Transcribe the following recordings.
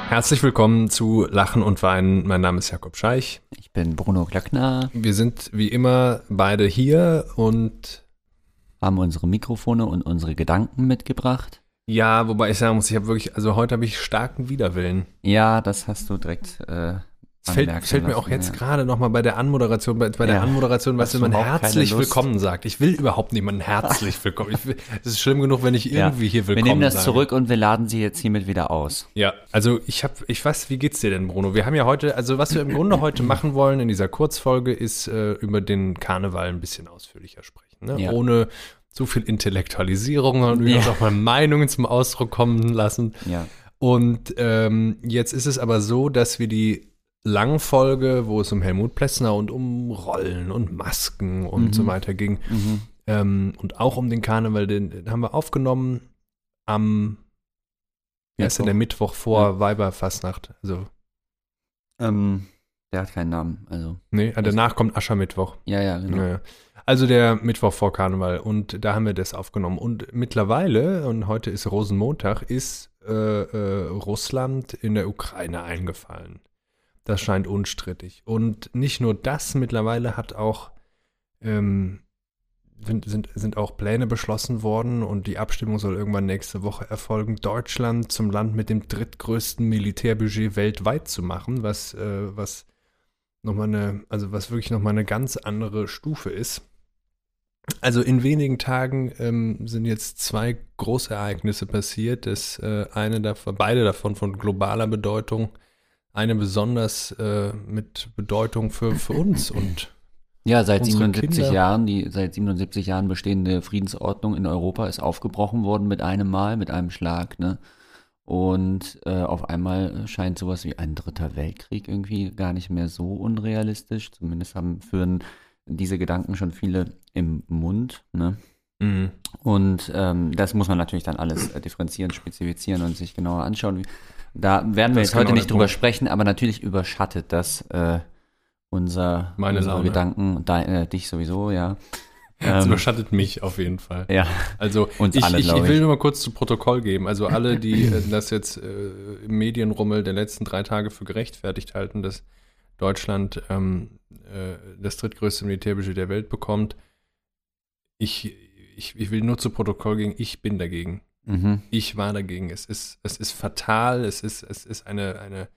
Herzlich willkommen zu Lachen und Weinen. Mein Name ist Jakob Scheich. Ich bin Bruno Glöckner. Wir sind wie immer beide hier und haben unsere Mikrofone und unsere Gedanken mitgebracht. Ja, wobei ich sagen muss, heute habe ich starken Widerwillen. Ja, das hast du direkt fällt mir auch jetzt gerade nochmal bei der Anmoderation, weißt du, man herzlich willkommen sagt. Ich will überhaupt niemanden herzlich willkommen. Es ist schlimm genug, wenn ich irgendwie hier willkommen sage. Wir nehmen das zurück und wir laden sie jetzt hiermit wieder aus. Ja, also ich weiß, wie geht's dir denn, Bruno? Wir haben ja heute, also was wir im Grunde heute machen wollen in dieser Kurzfolge, ist über den Karneval ein bisschen ausführlicher sprechen. Ne? Ja. Ohne zu viel Intellektualisierung und uns auch mal Meinungen zum Ausdruck kommen lassen. Ja. Und jetzt ist es aber so, dass wir die Langfolge, wo es um Helmut Plessner und um Rollen und Masken und so weiter ging und auch um den Karneval, den haben wir aufgenommen am der Mittwoch vor Weiberfastnacht. Also der hat keinen Namen. Also nee, danach kommt Aschermittwoch. Ja, genau. Ja. Also der Mittwoch vor Karneval und da haben wir das aufgenommen. Und mittlerweile, und heute ist Rosenmontag, ist Russland in der Ukraine eingefallen. Das scheint unstrittig. Und nicht nur das, mittlerweile hat auch sind auch Pläne beschlossen worden und die Abstimmung soll irgendwann nächste Woche erfolgen, Deutschland zum Land mit dem drittgrößten Militärbudget weltweit zu machen, was wirklich nochmal eine ganz andere Stufe ist. Also in wenigen Tagen sind jetzt zwei Großereignisse passiert. Beide davon von globaler Bedeutung. Eine besonders mit Bedeutung für uns und ja, seit unsere 77 Kinder. Jahren, die seit 77 Jahren bestehende Friedensordnung in Europa ist aufgebrochen worden mit einem Schlag, ne? Und auf einmal scheint sowas wie ein dritter Weltkrieg irgendwie gar nicht mehr so unrealistisch. Zumindest führen diese Gedanken schon viele im Mund, ne? Mhm. Und das muss man natürlich dann alles differenzieren, spezifizieren und sich genauer anschauen. Da werden wir jetzt heute nicht drüber sprechen, aber natürlich überschattet das unsere Gedanken, dich sowieso, ja. Das überschattet mich auf jeden Fall. Ja, also uns alle, ich will nur mal kurz zu Protokoll geben. Also alle, die das jetzt im Medienrummel der letzten 3 Tage für gerechtfertigt halten, dass Deutschland das drittgrößte Militärbudget der Welt bekommt, ich will nur zu Protokoll gehen, ich bin dagegen. Mhm. Ich war dagegen. Es ist fatal, es ist eine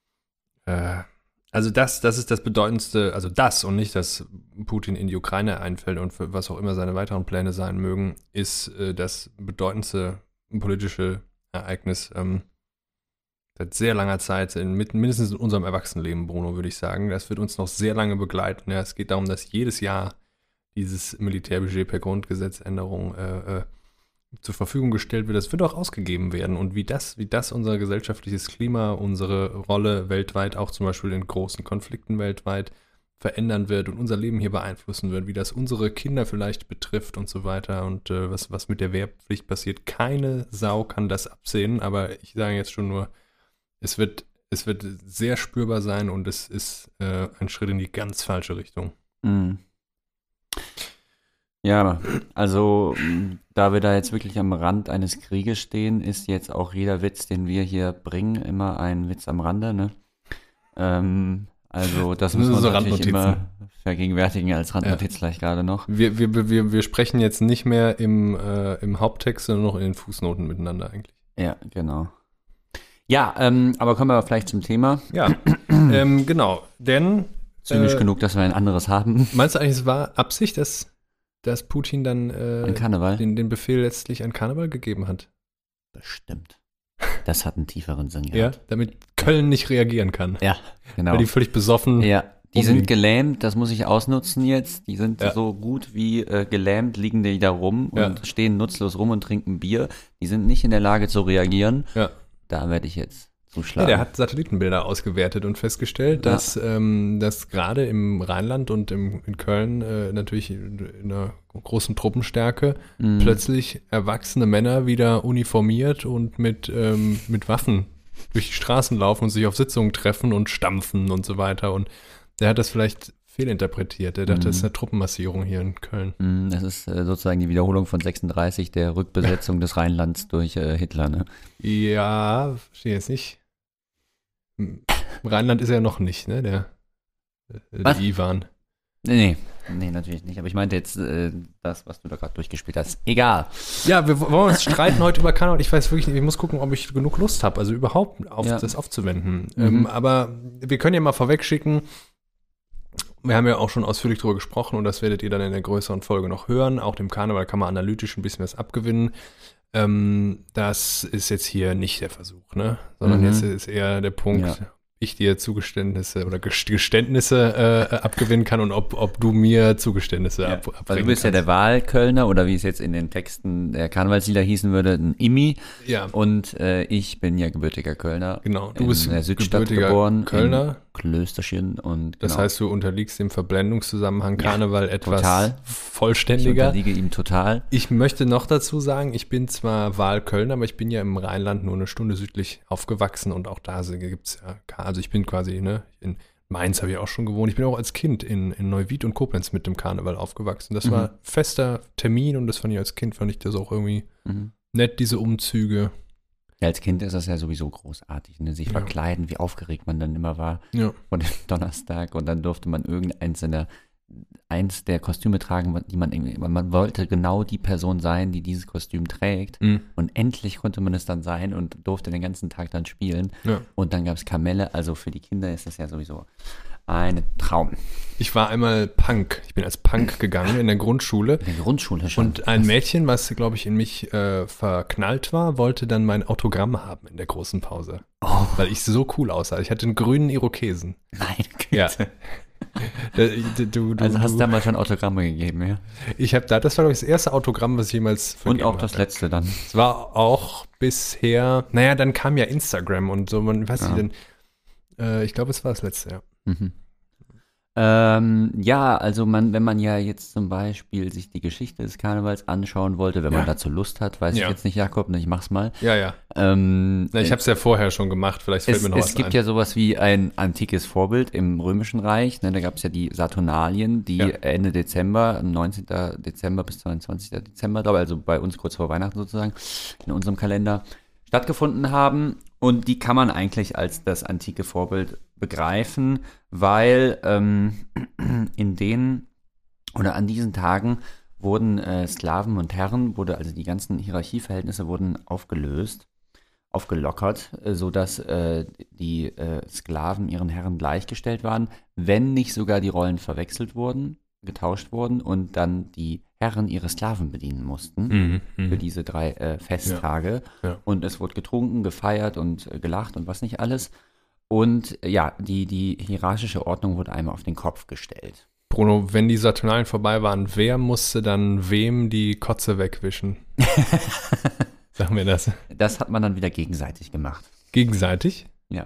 also das ist das Bedeutendste, also das und nicht, dass Putin in die Ukraine einfällt und für was auch immer seine weiteren Pläne sein mögen, ist das bedeutendste politische Ereignis seit sehr langer Zeit, mindestens in unserem Erwachsenenleben, Bruno, würde ich sagen. Das wird uns noch sehr lange begleiten. Ja, es geht darum, dass jedes Jahr dieses Militärbudget per Grundgesetzänderung zur Verfügung gestellt wird. Das wird auch ausgegeben werden. Und wie das unser gesellschaftliches Klima, unsere Rolle weltweit, auch zum Beispiel in großen Konflikten weltweit, verändern wird und unser Leben hier beeinflussen wird, wie das unsere Kinder vielleicht betrifft und so weiter und was mit der Wehrpflicht passiert. Keine Sau kann das absehen, aber ich sage jetzt schon nur, es wird sehr spürbar sein und es ist ein Schritt in die ganz falsche Richtung. Mhm. Ja, also da wir da jetzt wirklich am Rand eines Krieges stehen, ist jetzt auch jeder Witz, den wir hier bringen, immer ein Witz am Rande, ne? Also das müssen wir natürlich immer vergegenwärtigen als Randnotiz gleich gerade noch. Wir sprechen jetzt nicht mehr im Haupttext, sondern noch in den Fußnoten miteinander eigentlich. Ja, genau. Ja, aber kommen wir vielleicht zum Thema. Ja, genau, denn Zynisch genug, dass wir ein anderes haben. Meinst du eigentlich, es war Absicht, dass Putin dann den Befehl letztlich an Karneval gegeben hat? Bestimmt. Das hat einen tieferen Sinn gehabt. Ja, damit Köln nicht reagieren kann. Ja, genau. Weil die völlig besoffen. Ja, die sind gelähmt, das muss ich ausnutzen jetzt. Die sind so gut wie gelähmt, liegen die da rum und stehen nutzlos rum und trinken Bier. Die sind nicht in der Lage zu reagieren. Ja. Da werde ich jetzt zuschlagen. Ja, der hat Satellitenbilder ausgewertet und festgestellt, dass gerade im Rheinland und in Köln natürlich in einer großen Truppenstärke plötzlich erwachsene Männer wieder uniformiert und mit Waffen durch die Straßen laufen und sich auf Sitzungen treffen und stampfen und so weiter. Und der hat das vielleicht fehlinterpretiert. Er dachte, das ist eine Truppenmassierung hier in Köln. Das ist sozusagen die Wiederholung von 36, der Rückbesetzung des Rheinlands durch Hitler, ne? Ja, verstehe jetzt nicht. Rheinland ist er ja noch nicht, ne? Der Ivan. Nee, natürlich nicht. Aber ich meinte jetzt das, was du da gerade durchgespielt hast. Egal. Ja, wir wollen uns streiten heute über Karneval. Ich weiß wirklich nicht, ich muss gucken, ob ich genug Lust habe, also überhaupt das aufzuwenden. Aber wir können ja mal vorweg schicken, wir haben ja auch schon ausführlich darüber gesprochen und das werdet ihr dann in der größeren Folge noch hören. Auch dem Karneval kann man analytisch ein bisschen was abgewinnen. Das ist jetzt hier nicht der Versuch, ne? Sondern jetzt ist eher der Punkt, ich dir Zugeständnisse oder Geständnisse abgewinnen kann und ob du mir Zugeständnisse abbringen kannst. Also du bist ja der Wahlkölner oder wie es jetzt in den Texten der Karnevalslieder hießen würde, ein Immi. Ja. Und ich bin ja gebürtiger Kölner. Genau, du bist in der Südstadt gebürtiger geboren, Kölner. Klösterchen und Das heißt, du unterliegst dem Verblendungszusammenhang Karneval etwas total. vollständiger. Ich unterliege ihm total. Ich möchte noch dazu sagen, ich bin zwar Wahlkölner, aber ich bin ja im Rheinland nur eine Stunde südlich aufgewachsen und auch da gibt es ja, also ich bin quasi, in Mainz habe ich auch schon gewohnt. Ich bin auch als Kind in Neuwied und Koblenz mit dem Karneval aufgewachsen. Das war fester Termin und das fand ich das auch irgendwie nett, diese Umzüge. Ja, als Kind ist das ja sowieso großartig, ne? Sich verkleiden, wie aufgeregt man dann immer war vor dem Donnerstag und dann durfte man eins der Kostüme tragen, die man wollte genau die Person sein, die dieses Kostüm trägt und endlich konnte man es dann sein und durfte den ganzen Tag dann spielen und dann gab es Kamelle, also für die Kinder ist das ja sowieso ein Traum. Ich war einmal Punk. Ich bin als Punk gegangen in der Grundschule. In der Grundschule schon. Und ein Mädchen, was, glaube ich, in mich verknallt war, wollte dann mein Autogramm haben in der großen Pause. Oh. Weil ich so cool aussah. Ich hatte einen grünen Irokesen. Meine Güte. Ja. Also hast du damals schon Autogramme gegeben, ja? Das war, glaube ich, das erste Autogramm, was ich jemals vergeben Und auch das letzte dann. Es war auch bisher, dann kam ja Instagram und so, man weiß nicht, denn ich glaube, es war das letzte, ja. Also wenn man ja jetzt zum Beispiel sich die Geschichte des Karnevals anschauen wollte, wenn man dazu Lust hat, weiß ich jetzt nicht, Jakob, ich mach's mal. Ja. Ich habe es ja vorher schon gemacht, vielleicht fällt mir noch was ein. Es gibt ja sowas wie ein antikes Vorbild im Römischen Reich, ne, da gab es ja die Saturnalien, die Ende Dezember, 19. Dezember bis 22. Dezember, also bei uns kurz vor Weihnachten sozusagen, in unserem Kalender stattgefunden haben. Und die kann man eigentlich als das antike Vorbild begreifen, weil an diesen Tagen wurden Sklaven und Herren, also die ganzen Hierarchieverhältnisse wurden aufgelockert, sodass die Sklaven ihren Herren gleichgestellt waren, wenn nicht sogar die Rollen getauscht wurden und dann die Herren ihre Sklaven bedienen mussten für diese 3 Festtage. Ja. Und es wurde getrunken, gefeiert und gelacht und was nicht alles. Und die hierarchische Ordnung wurde einmal auf den Kopf gestellt. Bruno, wenn die Saturnalien vorbei waren, wer musste dann wem die Kotze wegwischen? Sag mir das. Das hat man dann wieder gegenseitig gemacht. Gegenseitig? Ja.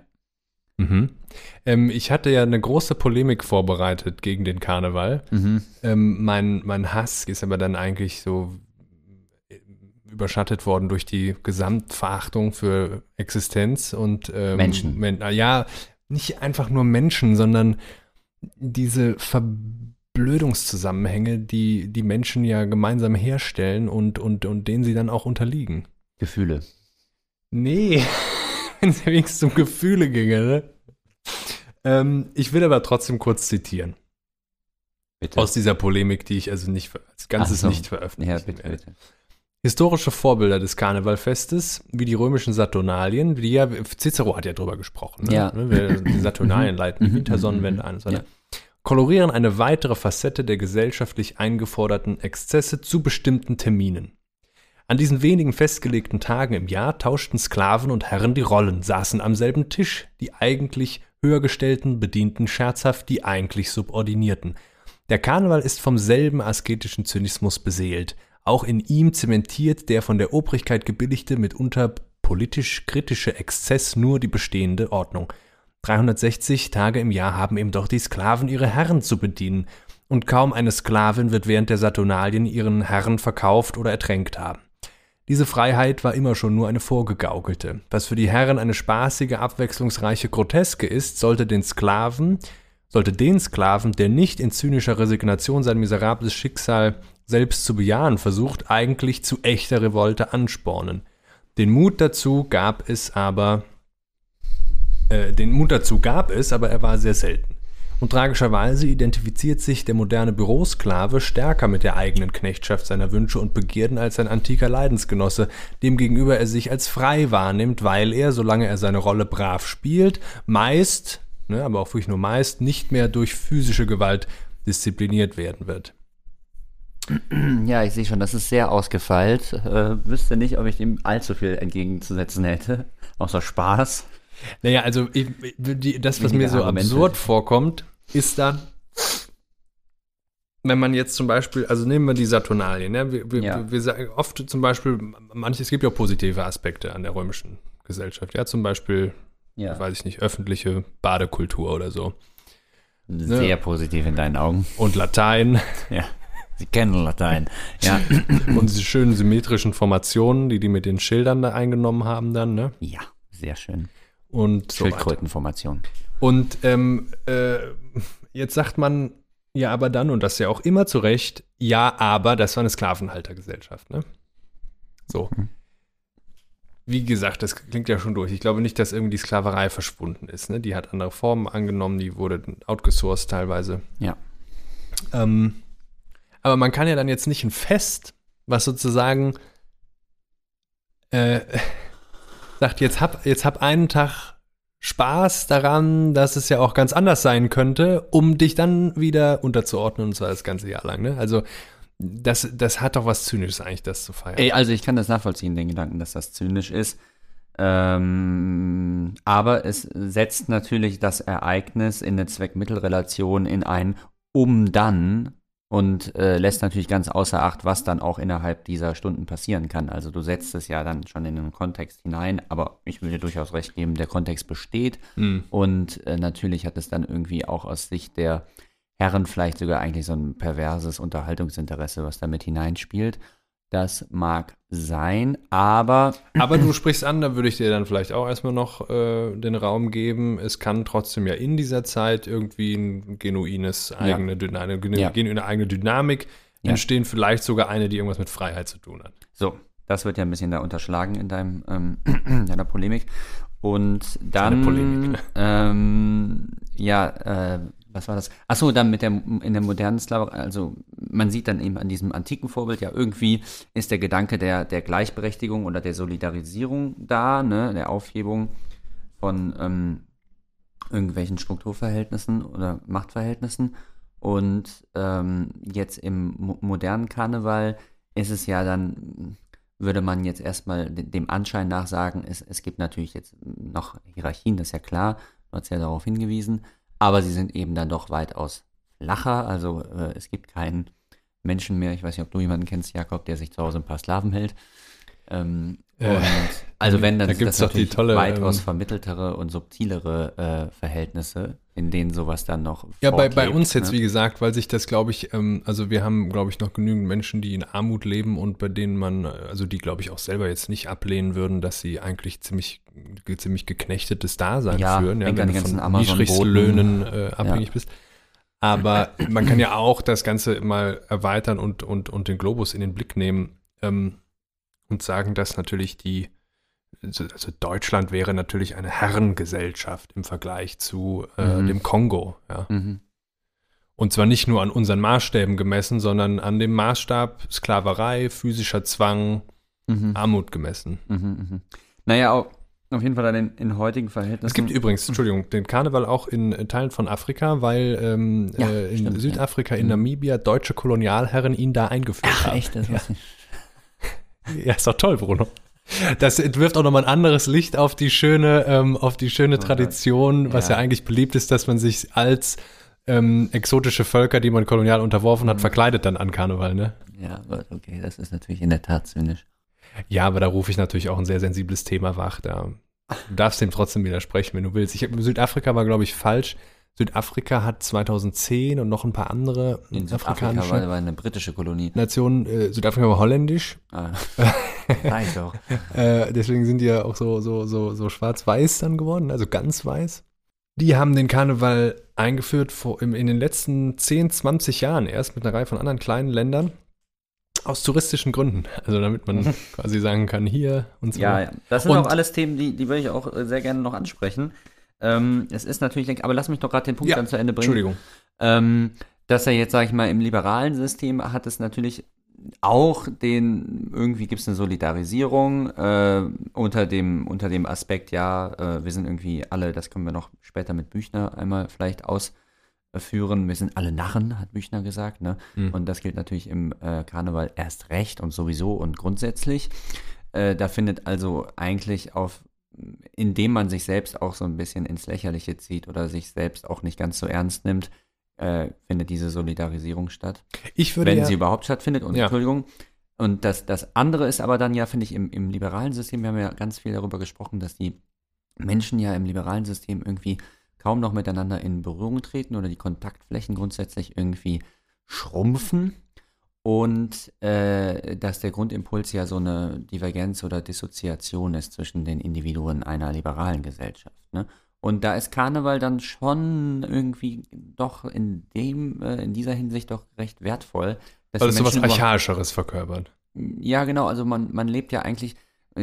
Ich hatte ja eine große Polemik vorbereitet gegen den Karneval. Mein Hass ist aber dann eigentlich so überschattet worden durch die Gesamtverachtung für Existenz und Menschen. Nicht einfach nur Menschen, sondern diese Verblödungszusammenhänge, die Menschen ja gemeinsam herstellen und denen sie dann auch unterliegen. Gefühle. Nee, wenn es wenigstens um Gefühle ginge, ne? Ich will aber trotzdem kurz zitieren. Bitte. Aus dieser Polemik, die ich also nicht als Ganzes nicht veröffentlichen werde. Bitte. Historische Vorbilder des Karnevalfestes, wie die römischen Saturnalien, Cicero hat ja drüber gesprochen, ne? Ja. Die Saturnalien leiten die Wintersonnenwende ein und so weiter. Kolorieren eine weitere Facette der gesellschaftlich eingeforderten Exzesse zu bestimmten Terminen. An diesen wenigen festgelegten Tagen im Jahr tauschten Sklaven und Herren die Rollen, saßen am selben Tisch, die eigentlich Höhergestellten bedienten scherzhaft die eigentlich Subordinierten. Der Karneval ist vom selben asketischen Zynismus beseelt. Auch in ihm zementiert der von der Obrigkeit gebilligte, mitunter politisch kritische Exzess nur die bestehende Ordnung. 360 Tage im Jahr haben eben doch die Sklaven ihre Herren zu bedienen. Und kaum eine Sklavin wird während der Saturnalien ihren Herren verkauft oder ertränkt haben. Diese Freiheit war immer schon nur eine vorgegaukelte. Was für die Herren eine spaßige, abwechslungsreiche Groteske ist, sollte den Sklaven, der nicht in zynischer Resignation sein miserables Schicksal selbst zu bejahen versucht, eigentlich zu echter Revolte anspornen. Den Mut dazu gab es aber Den Mut dazu gab es, aber er war sehr selten. Und tragischerweise identifiziert sich der moderne Bürosklave stärker mit der eigenen Knechtschaft seiner Wünsche und Begierden als sein antiker Leidensgenosse, demgegenüber er sich als frei wahrnimmt, weil er, solange er seine Rolle brav spielt, meist, aber auch wirklich nur meist, nicht mehr durch physische Gewalt diszipliniert werden wird. Ja, ich sehe schon, das ist sehr ausgefeilt. Wüsste nicht, ob ich dem allzu viel entgegenzusetzen hätte, außer Spaß. Naja, also das, was mir so absurd vorkommt, ist dann, wenn man jetzt zum Beispiel, also nehmen wir die Saturnalien, ne? Wir sagen oft zum Beispiel, es gibt ja auch positive Aspekte an der römischen Gesellschaft, ja, zum Beispiel, weiß ich nicht, öffentliche Badekultur oder so. Sehr positiv in deinen Augen. Und Latein. Ja, sie kennen Latein, ja. Und diese schönen symmetrischen Formationen, die mit den Schildern da eingenommen haben dann, ne? Ja, sehr schön. Und so Schildkrötenformation. Und jetzt sagt man, ja, aber dann, und das ja auch immer zu Recht, ja, aber das war eine Sklavenhaltergesellschaft, ne? So. Wie gesagt, das klingt ja schon durch. Ich glaube nicht, dass irgendwie die Sklaverei verschwunden ist, ne? Die hat andere Formen angenommen, die wurde outgesourced teilweise. Ja. Aber man kann ja dann jetzt nicht ein Fest, was sozusagen sagt, jetzt hab einen Tag Spaß daran, dass es ja auch ganz anders sein könnte, um dich dann wieder unterzuordnen, und zwar das ganze Jahr lang. Ne? Also das hat doch was Zynisches eigentlich, das zu feiern. Also ich kann das nachvollziehen, den Gedanken, dass das zynisch ist. Aber es setzt natürlich das Ereignis in eine Zweck-Mittel-Relation in ein dann und lässt natürlich ganz außer Acht, was dann auch innerhalb dieser Stunden passieren kann. Also du setzt es ja dann schon in einen Kontext hinein, aber ich will dir durchaus recht geben, der Kontext besteht und natürlich hat es dann irgendwie auch aus Sicht der Herren vielleicht sogar eigentlich so ein perverses Unterhaltungsinteresse, was da mit hineinspielt. Das mag sein, aber du sprichst an, da würde ich dir dann vielleicht auch erstmal noch den Raum geben. Es kann trotzdem ja in dieser Zeit irgendwie ein genuines eigene Dynamik entstehen, vielleicht sogar eine, die irgendwas mit Freiheit zu tun hat. So, das wird ja ein bisschen da unterschlagen in deiner Polemik. Und dann Polemik. Was war das? Achso, dann in der modernen Sklaverei, also man sieht dann eben an diesem antiken Vorbild, ja irgendwie ist der Gedanke der Gleichberechtigung oder der Solidarisierung da, ne, der Aufhebung von irgendwelchen Strukturverhältnissen oder Machtverhältnissen. Und jetzt im modernen Karneval ist es ja dann, würde man jetzt erstmal dem Anschein nach sagen, es gibt natürlich jetzt noch Hierarchien, das ist ja klar, du hast ja darauf hingewiesen, aber sie sind eben dann doch weitaus flacher. Also es gibt keinen Menschen mehr, ich weiß nicht, ob du jemanden kennst, Jakob, der sich zu Hause ein paar Sklaven hält. Also wenn, dann da sind das doch natürlich die tolle, weitaus vermitteltere und subtilere Verhältnisse, in denen sowas dann noch bei uns jetzt, wie gesagt, weil sich das, glaube ich, also wir haben, glaube ich, noch genügend Menschen, die in Armut leben und bei denen man, also die, glaube ich, auch selber jetzt nicht ablehnen würden, dass sie eigentlich ziemlich geknechtetes Dasein führen, wenn du von Niedrigstlöhnen abhängig bist. Aber man kann ja auch das Ganze mal erweitern und den Globus in den Blick nehmen und sagen, dass natürlich also Deutschland wäre natürlich eine Herrengesellschaft im Vergleich zu dem Kongo. Ja. Und zwar nicht nur an unseren Maßstäben gemessen, sondern an dem Maßstab Sklaverei, physischer Zwang, Armut gemessen. Naja, auf jeden Fall dann in heutigen Verhältnissen. Es gibt übrigens, den Karneval auch in Teilen von Afrika, weil in Südafrika, in Namibia, deutsche Kolonialherren ihn da eingeführt haben. Ach, echt? Das weiß ich. Ja, ist doch toll, Bruno. Das wirft auch nochmal ein anderes Licht auf die schöne Tradition, was ja eigentlich beliebt ist, dass man sich als exotische Völker, die man kolonial unterworfen hat, verkleidet dann an Karneval, ne? Ja, okay, das ist natürlich in der Tat zynisch. Ja, aber da rufe ich natürlich auch ein sehr sensibles Thema wach. Du darfst dem trotzdem widersprechen, wenn du willst. Südafrika war, glaube ich, falsch. Südafrika hat 2010 und noch ein paar andere afrikanische war eine britische Kolonie. Nationen. Südafrika war holländisch. Weiß auch. Deswegen sind die ja auch so schwarz-weiß dann geworden, also ganz weiß. Die haben den Karneval eingeführt in den letzten 10, 20 Jahren erst mit einer Reihe von anderen kleinen Ländern. Aus touristischen Gründen. Also damit man quasi sagen kann, hier und so. Ja. Das sind auch alles Themen, die würde ich auch sehr gerne noch ansprechen. es ist natürlich, aber lass mich doch gerade den Punkt dann zu Ende bringen. Entschuldigung. Dass er jetzt, sag ich mal, im liberalen System hat es natürlich auch irgendwie gibt es eine Solidarisierung unter dem Aspekt, wir sind irgendwie alle, das können wir noch später mit Büchner einmal vielleicht ausführen, wir sind alle Narren, hat Büchner gesagt, ne? Und das gilt natürlich im Karneval erst recht und sowieso und grundsätzlich. Da findet also eigentlich indem man sich selbst auch so ein bisschen ins Lächerliche zieht oder sich selbst auch nicht ganz so ernst nimmt, findet diese Solidarisierung statt. Wenn sie überhaupt stattfindet. Und Entschuldigung. Und das andere ist aber dann finde ich, im liberalen System, wir haben ja ganz viel darüber gesprochen, dass die Menschen ja im liberalen System irgendwie kaum noch miteinander in Berührung treten oder die Kontaktflächen grundsätzlich irgendwie schrumpfen. Und dass der Grundimpuls ja so eine Divergenz oder Dissoziation ist zwischen den Individuen einer liberalen Gesellschaft. Ne? Und da ist Karneval dann schon irgendwie doch in dieser Hinsicht doch recht wertvoll. Weil es so was Archaischeres verkörpert. Ja, genau. Also man lebt ja eigentlich,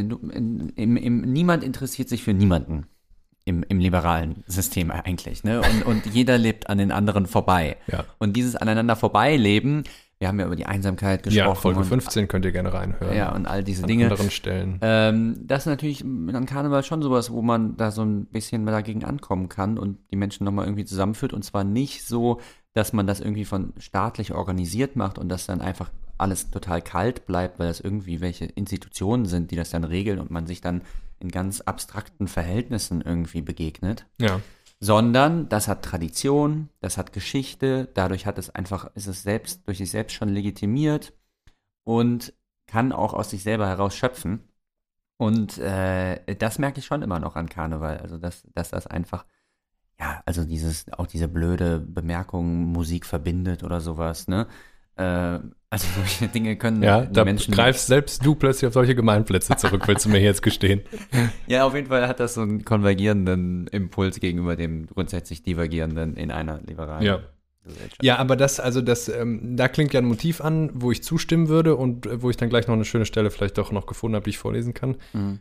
niemand interessiert sich für niemanden im liberalen System eigentlich. Ne? Und jeder lebt an den anderen vorbei. Ja. Und dieses aneinander vorbeileben, wir haben ja über die Einsamkeit gesprochen. Ja, Folge 15 könnt ihr gerne reinhören. Ja, und all diese Dinge. An anderen Stellen. Das ist natürlich an Karneval schon sowas, wo man da so ein bisschen dagegen ankommen kann und die Menschen nochmal irgendwie zusammenführt. Und zwar nicht so, dass man das irgendwie von staatlich organisiert macht und dass dann einfach alles total kalt bleibt, weil das irgendwie welche Institutionen sind, die das dann regeln und man sich dann in ganz abstrakten Verhältnissen irgendwie begegnet. Ja. Sondern das hat Tradition, das hat Geschichte, dadurch ist es selbst, durch sich selbst schon legitimiert und kann auch aus sich selber heraus schöpfen. Und das merke ich schon immer noch an Karneval. Also dass das einfach, also diese blöde Bemerkung, Musik verbindet oder sowas, ne? Also solche Dinge können die Menschen... Ja, da greifst selbst du plötzlich auf solche Gemeinplätze zurück, willst du mir jetzt gestehen. Ja, auf jeden Fall hat das so einen konvergierenden Impuls gegenüber dem grundsätzlich divergierenden in einer liberalen Gesellschaft. Ja, aber da klingt ja ein Motiv an, wo ich zustimmen würde und wo ich dann gleich noch eine schöne Stelle vielleicht doch noch gefunden habe, die ich vorlesen kann.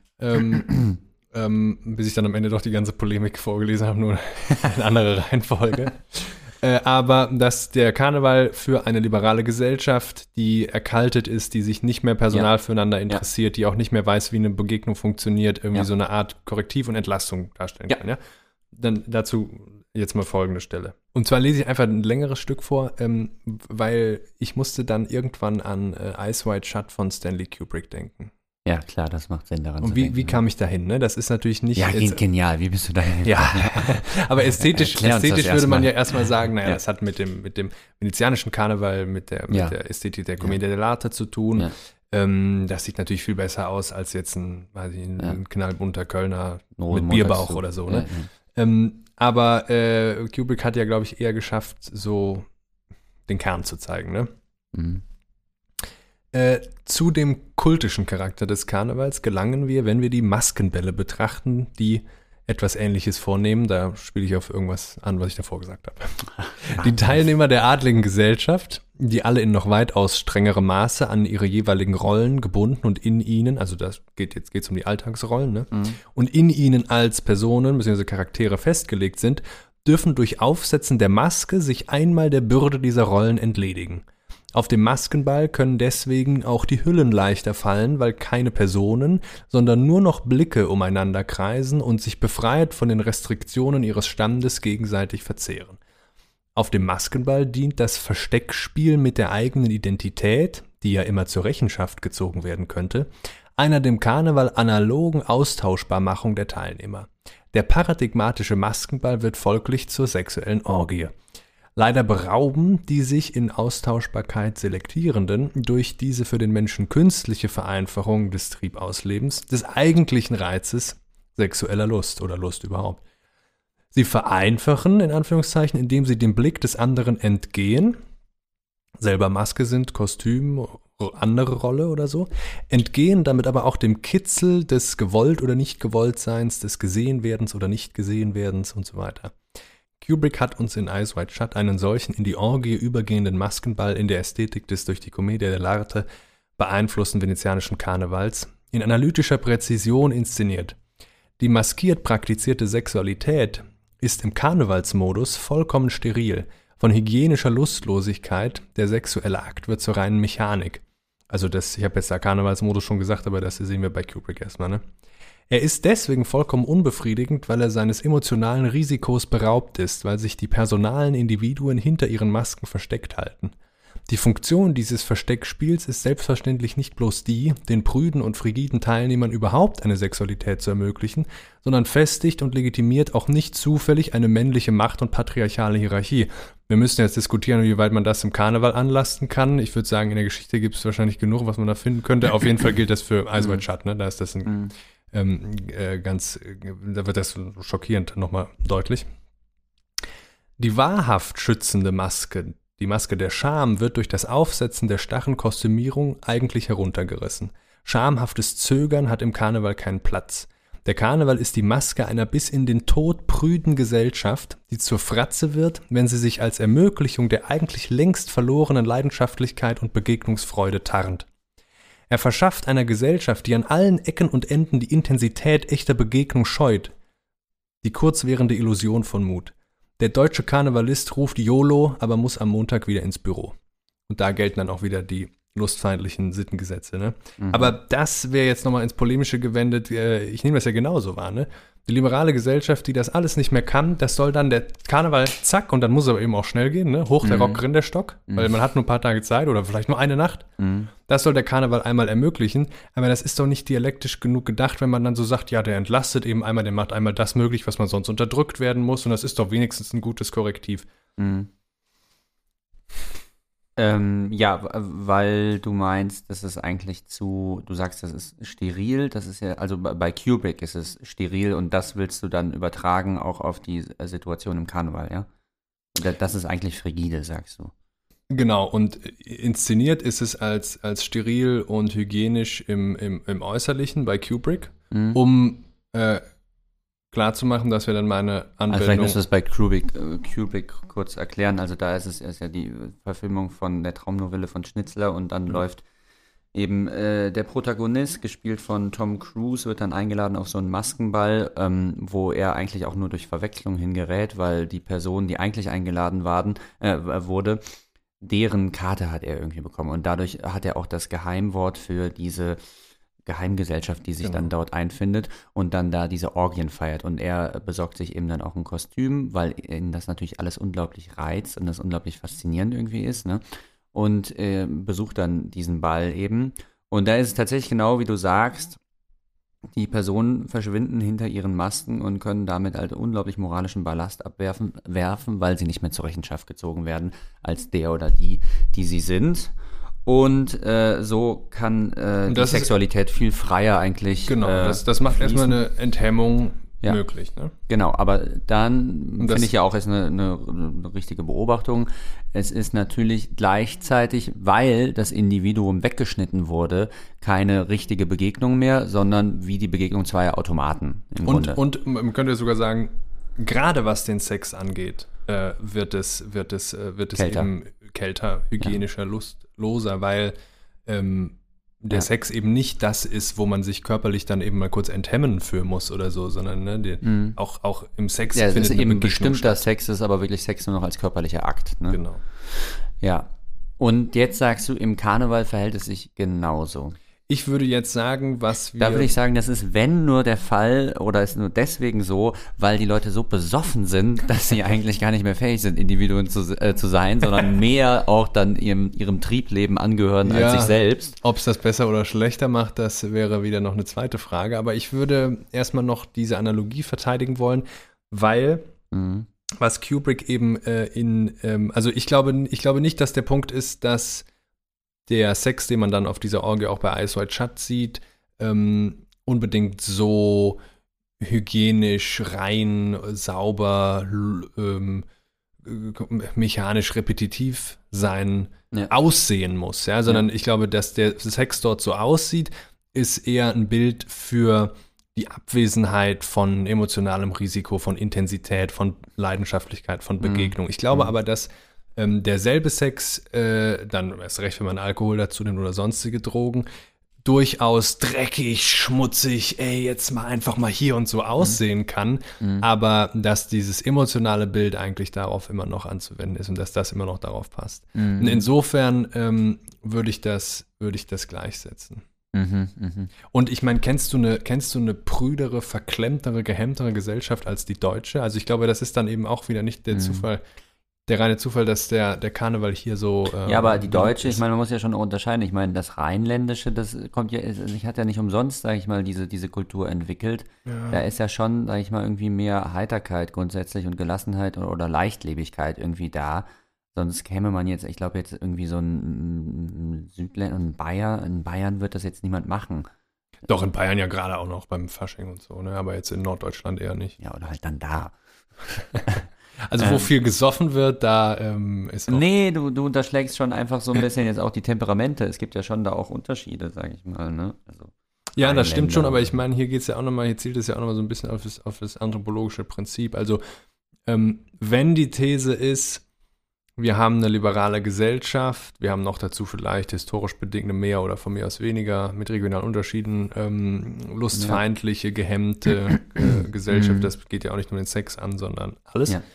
Bis ich dann am Ende doch die ganze Polemik vorgelesen habe, nur in andere Reihenfolge. Aber dass der Karneval für eine liberale Gesellschaft, die erkaltet ist, die sich nicht mehr personal füreinander interessiert, die auch nicht mehr weiß, wie eine Begegnung funktioniert, irgendwie so eine Art Korrektiv und Entlastung darstellen kann. Ja? Dann dazu jetzt mal folgende Stelle. Und zwar lese ich einfach ein längeres Stück vor, weil ich musste dann irgendwann an Eyes Wide Shut von Stanley Kubrick denken. Ja, klar, das macht Sinn daran. Und wie kam ich dahin? Ne? Das ist natürlich nicht... Ja, genial. Wie bist du dahin? Ja, aber ästhetisch würde man ja erstmal sagen, das hat mit dem venezianischen Karneval, mit der Ästhetik der Commedia dell'arte zu tun. Ja. Das sieht natürlich viel besser aus als jetzt ein knallbunter Kölner mit Bierbauch oder so. Ne? Ja. Aber Kubrick hat ja, glaube ich, eher geschafft, so den Kern zu zeigen. Ne? Mhm. Zu dem kultischen Charakter des Karnevals gelangen wir, wenn wir die Maskenbälle betrachten, die etwas Ähnliches vornehmen. Da spiele ich auf irgendwas an, was ich davor gesagt habe. Die Teilnehmer der adligen Gesellschaft, die alle in noch weitaus strengerem Maße an ihre jeweiligen Rollen gebunden und in ihnen, also jetzt geht's um die Alltagsrollen, ne? Und in ihnen als Personen bzw. Charaktere festgelegt sind, dürfen durch Aufsetzen der Maske sich einmal der Bürde dieser Rollen entledigen. Auf dem Maskenball können deswegen auch die Hüllen leichter fallen, weil keine Personen, sondern nur noch Blicke umeinander kreisen und sich befreit von den Restriktionen ihres Standes gegenseitig verzehren. Auf dem Maskenball dient das Versteckspiel mit der eigenen Identität, die ja immer zur Rechenschaft gezogen werden könnte, einer dem Karneval analogen Austauschbarmachung der Teilnehmer. Der paradigmatische Maskenball wird folglich zur sexuellen Orgie. Leider berauben die sich in Austauschbarkeit Selektierenden durch diese für den Menschen künstliche Vereinfachung des Triebauslebens des eigentlichen Reizes sexueller Lust oder Lust überhaupt. Sie vereinfachen, in Anführungszeichen, indem sie dem Blick des anderen entgehen, selber Maske sind, Kostüm, andere Rolle oder so, entgehen damit aber auch dem Kitzel des Gewollt- oder Nicht-Gewolltseins, des Gesehenwerdens oder Nicht-Gesehenwerdens und so weiter. Kubrick hat uns in Eyes Wide Shut einen solchen in die Orgie übergehenden Maskenball in der Ästhetik des durch die Commedia dell'arte beeinflussten venezianischen Karnevals in analytischer Präzision inszeniert. Die maskiert praktizierte Sexualität, ist im Karnevalsmodus vollkommen steril. Von hygienischer Lustlosigkeit, der sexuelle Akt wird zur reinen Mechanik. Also ich habe jetzt da Karnevalsmodus schon gesagt, aber das sehen wir bei Kubrick erstmal, ne? Er ist deswegen vollkommen unbefriedigend, weil er seines emotionalen Risikos beraubt ist, weil sich die personalen Individuen hinter ihren Masken versteckt halten. Die Funktion dieses Versteckspiels ist selbstverständlich nicht bloß die, den prüden und frigiden Teilnehmern überhaupt eine Sexualität zu ermöglichen, sondern festigt und legitimiert auch nicht zufällig eine männliche Macht und patriarchale Hierarchie. Wir müssen jetzt diskutieren, wie weit man das im Karneval anlasten kann. Ich würde sagen, in der Geschichte gibt es wahrscheinlich genug, was man da finden könnte. Auf jeden Fall gilt das für Eyes Wide Shut, ne? Da ist das da wird das schockierend nochmal deutlich. Die wahrhaft schützende Maske, die Maske der Scham, wird durch das Aufsetzen der starren Kostümierung eigentlich heruntergerissen. Schamhaftes Zögern hat im Karneval keinen Platz. Der Karneval ist die Maske einer bis in den Tod prüden Gesellschaft, die zur Fratze wird, wenn sie sich als Ermöglichung der eigentlich längst verlorenen Leidenschaftlichkeit und Begegnungsfreude tarnt. Er verschafft einer Gesellschaft, die an allen Ecken und Enden die Intensität echter Begegnung scheut, die kurzwährende Illusion von Mut. Der deutsche Karnevalist ruft YOLO, aber muss am Montag wieder ins Büro. Und da gelten dann auch wieder die lustfeindlichen Sittengesetze, ne? Aber das wäre jetzt nochmal ins Polemische gewendet. Ich nehme das ja genauso wahr, ne? Die liberale Gesellschaft, die das alles nicht mehr kann, das soll dann der Karneval, zack, und dann muss es aber eben auch schnell gehen, ne? Hoch der Rock, der Stock, weil man hat nur ein paar Tage Zeit oder vielleicht nur eine Nacht. Das soll der Karneval einmal ermöglichen, aber das ist doch nicht dialektisch genug gedacht, wenn man dann so sagt, ja, der entlastet eben einmal, der macht einmal das möglich, was man sonst unterdrückt werden muss, und das ist doch wenigstens ein gutes Korrektiv. Ja, weil du meinst, das ist eigentlich du sagst, das ist steril, das ist ja, also bei Kubrick ist es steril und das willst du dann übertragen auch auf die Situation im Karneval, ja? Das ist eigentlich frigide, sagst du. Genau, und inszeniert ist es als steril und hygienisch im Äußerlichen bei Kubrick, um klarzumachen, dass wir dann meine Anwendung... Also vielleicht müsstest du es bei Kubrick kurz erklären. Also da ist ja die Verfilmung von der Traumnovelle von Schnitzler und dann läuft eben der Protagonist, gespielt von Tom Cruise, wird dann eingeladen auf so einen Maskenball, wo er eigentlich auch nur durch Verwechslung hingerät, weil die Person, die eigentlich eingeladen wurde, deren Karte hat er irgendwie bekommen. Und dadurch hat er auch das Geheimwort für diese Geheimgesellschaft, die sich dann dort einfindet und dann da diese Orgien feiert. Und er besorgt sich eben dann auch ein Kostüm, weil ihn das natürlich alles unglaublich reizt und das unglaublich faszinierend irgendwie ist, ne? Und besucht dann diesen Ball eben. Und da ist es tatsächlich genau, wie du sagst, die Personen verschwinden hinter ihren Masken und können damit halt unglaublich moralischen Ballast abwerfen, weil sie nicht mehr zur Rechenschaft gezogen werden als der oder die sie sind. Und so kann die Sexualität viel freier eigentlich das macht fließen. Erstmal eine Enthemmung möglich. Ne? Genau, aber dann finde ich ja auch, ist eine richtige Beobachtung. Es ist natürlich gleichzeitig, weil das Individuum weggeschnitten wurde, keine richtige Begegnung mehr, sondern wie die Begegnung zweier Automaten im Grunde. Und man könnte sogar sagen, gerade was den Sex angeht, wird es eben kälter, hygienischer, lustloser, weil der Sex eben nicht das ist, wo man sich körperlich dann eben mal kurz enthemmen für muss oder so, sondern auch im Sex findet eine eben Begegnung bestimmter statt. Sex ist aber wirklich Sex nur noch als körperlicher Akt. Ne? Genau. Ja. Und jetzt sagst du, im Karneval verhält es sich genauso. Ich würde jetzt sagen, Da würde ich sagen, das ist, wenn nur der Fall, oder ist nur deswegen so, weil die Leute so besoffen sind, dass sie eigentlich gar nicht mehr fähig sind, Individuen zu sein, sondern mehr auch dann ihrem Triebleben angehören als sich selbst. Ob es das besser oder schlechter macht, das wäre wieder noch eine zweite Frage. Aber ich würde erstmal noch diese Analogie verteidigen wollen, weil was Kubrick eben also ich glaube nicht, dass der Punkt ist, dass der Sex, den man dann auf dieser Orgie auch bei Eyes Wide Shut sieht, unbedingt so hygienisch, rein, sauber, mechanisch repetitiv aussehen muss, sondern ich glaube, dass der Sex dort so aussieht, ist eher ein Bild für die Abwesenheit von emotionalem Risiko, von Intensität, von Leidenschaftlichkeit, von Begegnung. Ich glaube aber, dass derselbe Sex, dann erst recht, wenn man Alkohol dazu nimmt oder sonstige Drogen, durchaus dreckig, schmutzig, jetzt mal einfach mal hier und so aussehen kann, aber dass dieses emotionale Bild eigentlich darauf immer noch anzuwenden ist und dass das immer noch darauf passt. Und insofern würde ich das gleichsetzen. Und ich meine, kennst du eine prüdere, verklemmtere, gehemmtere Gesellschaft als die deutsche? Also ich glaube, das ist dann eben auch wieder nicht der reine Zufall, dass der Karneval hier so ja, aber die deutsche, ich meine, man muss ja schon unterscheiden. Ich meine, das Rheinländische, das kommt ja, ich hatte ja nicht umsonst, sage ich mal, diese Kultur entwickelt. Ja. Da ist ja schon, sage ich mal, irgendwie mehr Heiterkeit grundsätzlich und Gelassenheit oder Leichtlebigkeit irgendwie da. Sonst käme man jetzt, ich glaube jetzt irgendwie so ein Südländer, in Bayern wird das jetzt niemand machen. Doch, in Bayern ja gerade auch noch beim Fasching und so, ne? Aber jetzt in Norddeutschland eher nicht. Ja, oder halt dann da. Also wo viel gesoffen wird, da ist auch... Nee, du unterschlägst schon einfach so ein bisschen jetzt auch die Temperamente. Es gibt ja schon da auch Unterschiede, sage ich mal, ne? Also ja, das stimmt schon, aber ich meine, hier zielt es ja auch nochmal so ein bisschen auf das anthropologische Prinzip. Also wenn die These ist, wir haben eine liberale Gesellschaft, wir haben noch dazu vielleicht historisch bedingte mehr oder von mir aus weniger mit regionalen Unterschieden, lustfeindliche, gehemmte Gesellschaft, das geht ja auch nicht nur den Sex an, sondern alles. Ja.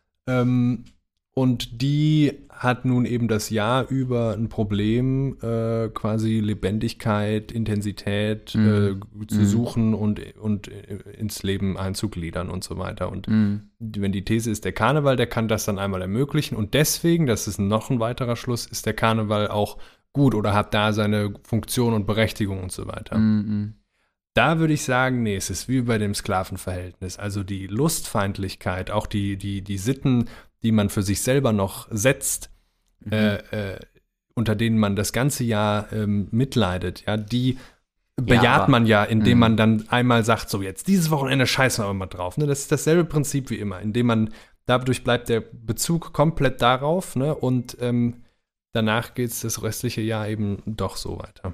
Und die hat nun eben das Jahr über ein Problem, quasi Lebendigkeit, Intensität zu suchen und ins Leben einzugliedern und so weiter. Und wenn die These ist, der Karneval, der kann das dann einmal ermöglichen und deswegen, das ist noch ein weiterer Schluss, ist der Karneval auch gut oder hat da seine Funktion und Berechtigung und so weiter. Da würde ich sagen, nee, es ist wie bei dem Sklavenverhältnis. Also die Lustfeindlichkeit, auch die Sitten, die man für sich selber noch setzt, unter denen man das ganze Jahr mitleidet, ja, die bejaht man ja, indem man dann einmal sagt, so jetzt, dieses Wochenende scheißen wir aber mal drauf. Ne? Das ist dasselbe Prinzip wie immer, indem man, dadurch bleibt der Bezug komplett darauf, ne? Und danach geht es das restliche Jahr eben doch so weiter.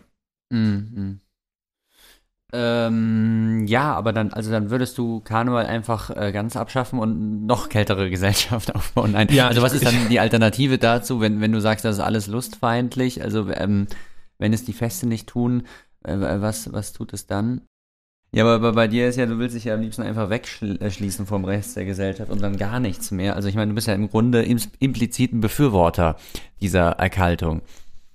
Ja, aber dann würdest du Karneval einfach ganz abschaffen und noch kältere Gesellschaft aufbauen. Nein. Ja, also was ist dann die Alternative dazu, wenn du sagst, das ist alles lustfeindlich? Also wenn es die Feste nicht tun, was tut es dann? Ja, aber bei dir ist ja, du willst dich ja am liebsten einfach wegschließen vom Rest der Gesellschaft und dann gar nichts mehr. Also ich meine, du bist ja im Grunde implizit ein Befürworter dieser Erkaltung.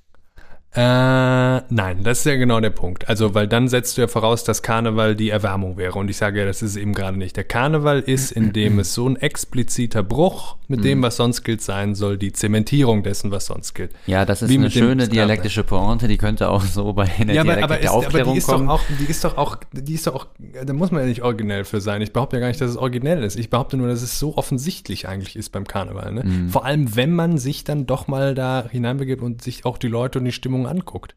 Nein, das ist ja genau der Punkt. Also, weil dann setzt du ja voraus, dass Karneval die Erwärmung wäre. Und ich sage ja, das ist es eben gerade nicht. Der Karneval ist, indem es so ein expliziter Bruch mit dem, was sonst gilt, sein soll, die Zementierung dessen, was sonst gilt. Ja, das ist eine schöne dialektische Pointe, die könnte auch so bei einer Dialektik der Aufklärung kommen. Die ist doch auch, da muss man ja nicht originell für sein. Ich behaupte ja gar nicht, dass es originell ist. Ich behaupte nur, dass es so offensichtlich eigentlich ist beim Karneval. Ne? Vor allem, wenn man sich dann doch mal da hineinbegibt und sich auch die Leute und die Stimmung anguckt.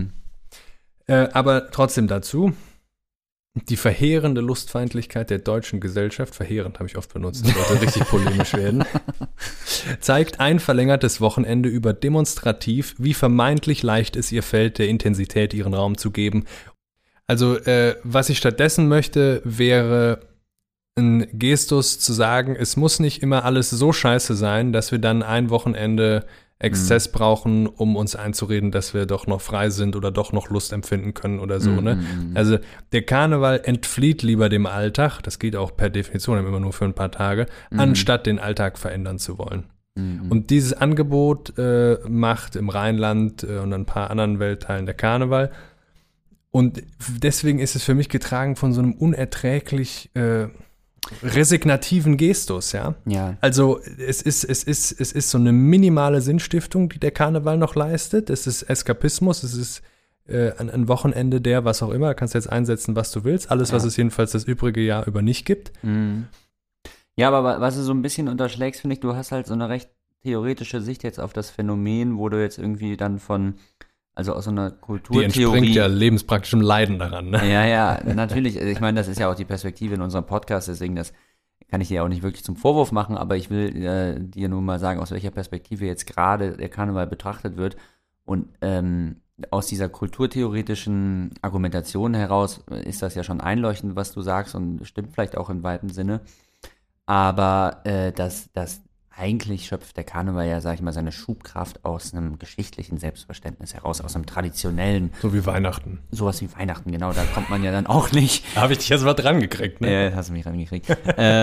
Aber trotzdem dazu, die verheerende Lustfeindlichkeit der deutschen Gesellschaft, verheerend habe ich oft benutzt, das sollte richtig polemisch werden, zeigt ein verlängertes Wochenende über demonstrativ, wie vermeintlich leicht es ihr fällt, der Intensität ihren Raum zu geben. Also, was ich stattdessen möchte, wäre ein Gestus zu sagen, es muss nicht immer alles so scheiße sein, dass wir dann ein Wochenende Exzess brauchen, um uns einzureden, dass wir doch noch frei sind oder doch noch Lust empfinden können oder so, ne? Also der Karneval entflieht lieber dem Alltag, das geht auch per Definition immer nur für ein paar Tage, anstatt den Alltag verändern zu wollen. Und dieses Angebot macht im Rheinland und ein paar anderen Weltteilen der Karneval. Und deswegen ist es für mich getragen von so einem unerträglich resignativen Gestus, ja. Also es ist so eine minimale Sinnstiftung, die der Karneval noch leistet. Es ist Eskapismus, es ist ein Wochenende was auch immer, da kannst du jetzt einsetzen, was du willst. Alles, was es jedenfalls das übrige Jahr über nicht gibt. Ja, aber was du so ein bisschen unterschlägst, finde ich, du hast halt so eine recht theoretische Sicht jetzt auf das Phänomen, wo du jetzt irgendwie dann also aus so einer Kulturtheorie. Die entspringt ja lebenspraktischem Leiden daran, ne? Ja, natürlich. Ich meine, das ist ja auch die Perspektive in unserem Podcast, deswegen das kann ich dir auch nicht wirklich zum Vorwurf machen, aber ich will dir nur mal sagen, aus welcher Perspektive jetzt gerade der Karneval betrachtet wird. Und aus dieser kulturtheoretischen Argumentation heraus ist das ja schon einleuchtend, was du sagst und stimmt vielleicht auch in weitem Sinne. Aber das eigentlich schöpft der Karneval ja, sag ich mal, seine Schubkraft aus einem geschichtlichen Selbstverständnis heraus, aus einem traditionellen. So wie Weihnachten. Sowas wie Weihnachten, genau, da kommt man ja dann auch nicht. Da habe ich dich jetzt mal dran gekriegt, ne? Hast du mich rangekriegt.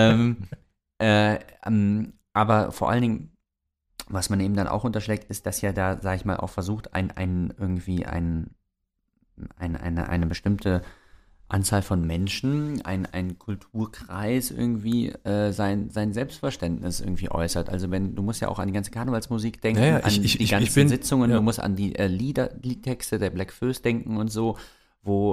Aber vor allen Dingen, was man eben dann auch unterschlägt, ist, dass ja da, sag ich mal, auch versucht, eine bestimmte Anzahl von Menschen, ein Kulturkreis irgendwie sein Selbstverständnis irgendwie äußert. Also du musst ja auch an die ganze Karnevalsmusik denken, an die ganzen Sitzungen, du musst an die Liedtexte der Black Föß denken und so, wo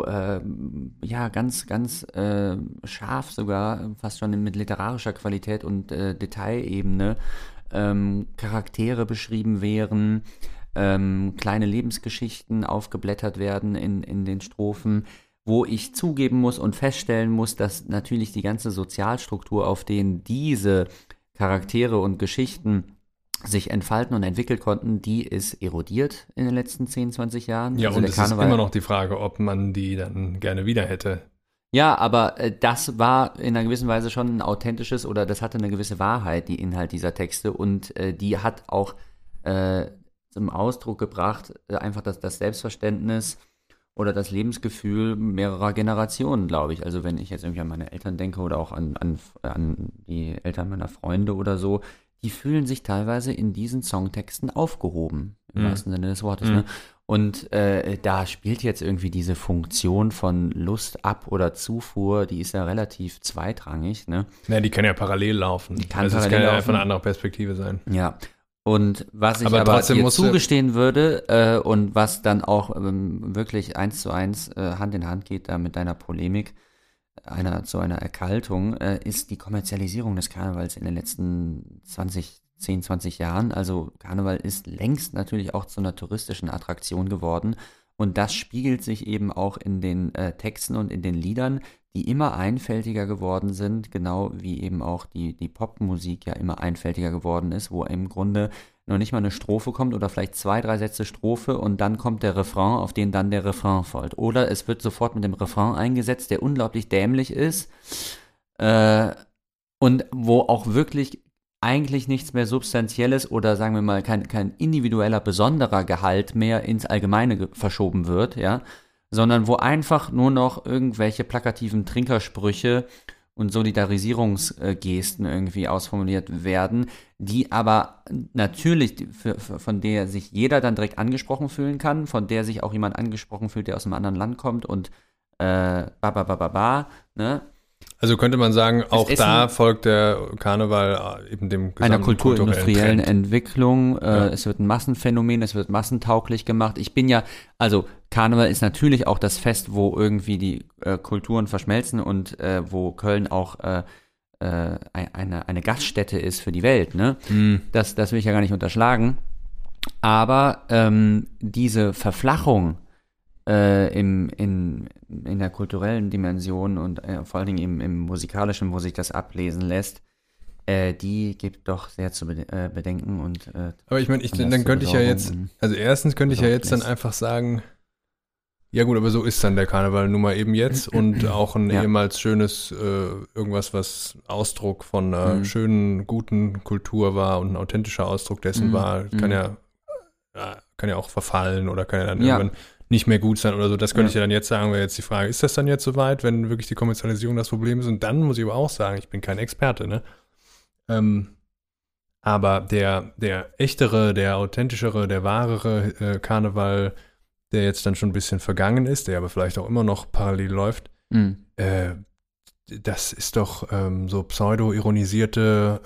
ganz, ganz scharf sogar, fast schon mit literarischer Qualität und Detailebene Charaktere beschrieben wären, kleine Lebensgeschichten aufgeblättert werden in den Strophen, wo ich zugeben muss und feststellen muss, dass natürlich die ganze Sozialstruktur, auf denen diese Charaktere und Geschichten sich entfalten und entwickelt konnten, die ist erodiert in den letzten 10, 20 Jahren. Ja, also und es ist immer noch die Frage, ob man die dann gerne wieder hätte. Ja, aber das war in einer gewissen Weise schon ein authentisches oder das hatte eine gewisse Wahrheit, die Inhalt dieser Texte und die hat auch zum Ausdruck gebracht, einfach das Selbstverständnis oder das Lebensgefühl mehrerer Generationen, glaube ich. Also wenn ich jetzt irgendwie an meine Eltern denke oder auch an die Eltern meiner Freunde oder so, die fühlen sich teilweise in diesen Songtexten aufgehoben, im wahrsten Sinne des Wortes. Ne? Und da spielt jetzt irgendwie diese Funktion von Lust ab oder Zufuhr, die ist ja relativ zweitrangig. Ne? Ja, die kann ja parallel laufen. Es kann ja einfach eine andere Perspektive sein. Ja. Und was ich aber dir zugestehen würde und was dann auch wirklich 1:1 Hand in Hand geht da mit deiner Polemik, zu einer Erkaltung, ist die Kommerzialisierung des Karnevals in den letzten 10, 20 Jahren. Also Karneval ist längst natürlich auch zu einer touristischen Attraktion geworden und das spiegelt sich eben auch in den Texten und in den Liedern, die immer einfältiger geworden sind, genau wie eben auch die Popmusik ja immer einfältiger geworden ist, wo im Grunde noch nicht mal eine Strophe kommt oder vielleicht 2, 3 Sätze Strophe und dann kommt der Refrain, auf den dann der Refrain folgt. Oder es wird sofort mit dem Refrain eingesetzt, der unglaublich dämlich ist und wo auch wirklich eigentlich nichts mehr Substanzielles oder sagen wir mal kein individueller, besonderer Gehalt mehr ins Allgemeine verschoben wird, ja, sondern wo einfach nur noch irgendwelche plakativen Trinkersprüche und Solidarisierungsgesten irgendwie ausformuliert werden, die aber natürlich, von der sich jeder dann direkt angesprochen fühlen kann, von der sich auch jemand angesprochen fühlt, der aus einem anderen Land kommt und ne? Also könnte man sagen, auch da folgt der Karneval eben dem einer kulturindustriellen Trend. Entwicklung. Es wird ein Massenphänomen, es wird massentauglich gemacht. Karneval ist natürlich auch das Fest, wo irgendwie die Kulturen verschmelzen und wo Köln auch eine Gaststätte ist für die Welt. Ne? Das will ich ja gar nicht unterschlagen. Aber diese Verflachung in der kulturellen Dimension und vor allen Dingen im musikalischen, wo sich das ablesen lässt, die gibt doch sehr zu bedenken und aber ich meine, dann könnte ich ja jetzt, also erstens könnte ich ja jetzt dann einfach sagen, ja gut, aber so ist dann der Karneval nun mal eben jetzt und auch ein ehemals schönes irgendwas, was Ausdruck von einer schönen, guten Kultur war und ein authentischer Ausdruck dessen war, kann ja auch verfallen oder kann ja dann irgendwann nicht mehr gut sein oder so. Das könnte ich ja dann jetzt sagen, wäre jetzt die Frage, ist das dann jetzt soweit, wenn wirklich die Kommerzialisierung das Problem ist? Und dann muss ich aber auch sagen, ich bin kein Experte, ne? Aber der echtere, der authentischere, der wahrere Karneval, der jetzt dann schon ein bisschen vergangen ist, der aber vielleicht auch immer noch parallel läuft, das ist doch so pseudo-ironisierte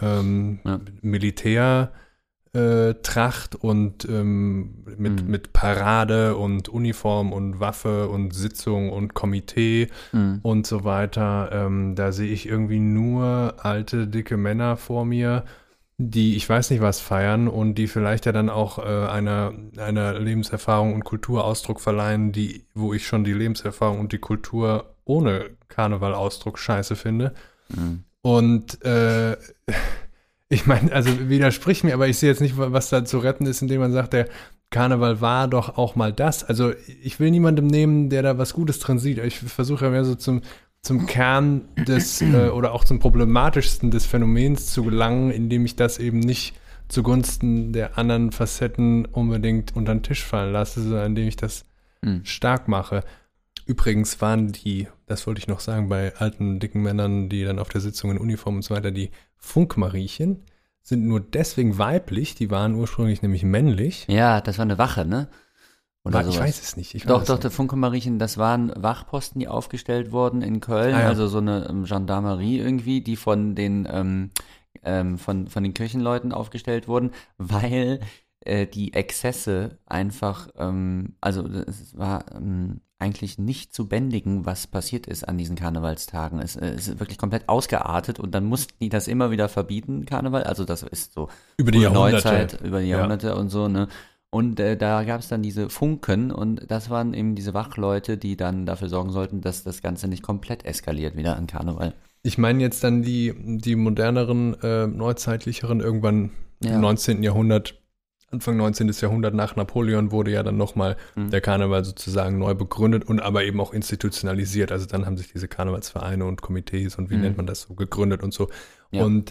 Militärtracht und mit Parade und Uniform und Waffe und Sitzung und Komitee und so weiter. Da sehe ich irgendwie nur alte, dicke Männer vor mir, die ich weiß nicht was feiern und die vielleicht ja dann auch einer Lebenserfahrung und Kultur Ausdruck verleihen, wo ich schon die Lebenserfahrung und die Kultur ohne Karneval-Ausdruck scheiße finde. Und ich meine, also widersprich mir, aber ich sehe jetzt nicht, was da zu retten ist, indem man sagt, der Karneval war doch auch mal das. Also ich will niemandem nehmen, der da was Gutes drin sieht. Ich versuche ja mehr so zum Kern des oder auch zum problematischsten des Phänomens zu gelangen, indem ich das eben nicht zugunsten der anderen Facetten unbedingt unter den Tisch fallen lasse, sondern indem ich das stark mache. Übrigens waren das wollte ich noch sagen, bei alten, dicken Männern, die dann auf der Sitzung in Uniform und so weiter, die Funkmariechen sind nur deswegen weiblich, die waren ursprünglich nämlich männlich. Ja, das war eine Wache, ne? Oder Ich weiß es nicht. Doch, der Funke-Mariechen, das waren Wachposten, die aufgestellt wurden in Köln, also so eine Gendarmerie irgendwie, die von den von den Kirchenleuten aufgestellt wurden, weil die Exzesse einfach, also es war eigentlich nicht zu bändigen, was passiert ist an diesen Karnevalstagen. Es ist wirklich komplett ausgeartet und dann mussten die das immer wieder verbieten, Karneval. Also das ist so über die Jahrhunderte. Neuzeit, über die Jahrhunderte und so, ne? Und da gab es dann diese Funken und das waren eben diese Wachleute, die dann dafür sorgen sollten, dass das Ganze nicht komplett eskaliert wieder an Karneval. Ich meine jetzt dann die moderneren, neuzeitlicheren, irgendwann im 19. Jahrhundert, Anfang 19. Jahrhundert nach Napoleon wurde ja dann nochmal der Karneval sozusagen neu begründet und aber eben auch institutionalisiert. Also dann haben sich diese Karnevalsvereine und Komitees und wie nennt man das so, gegründet und so. Ja. Und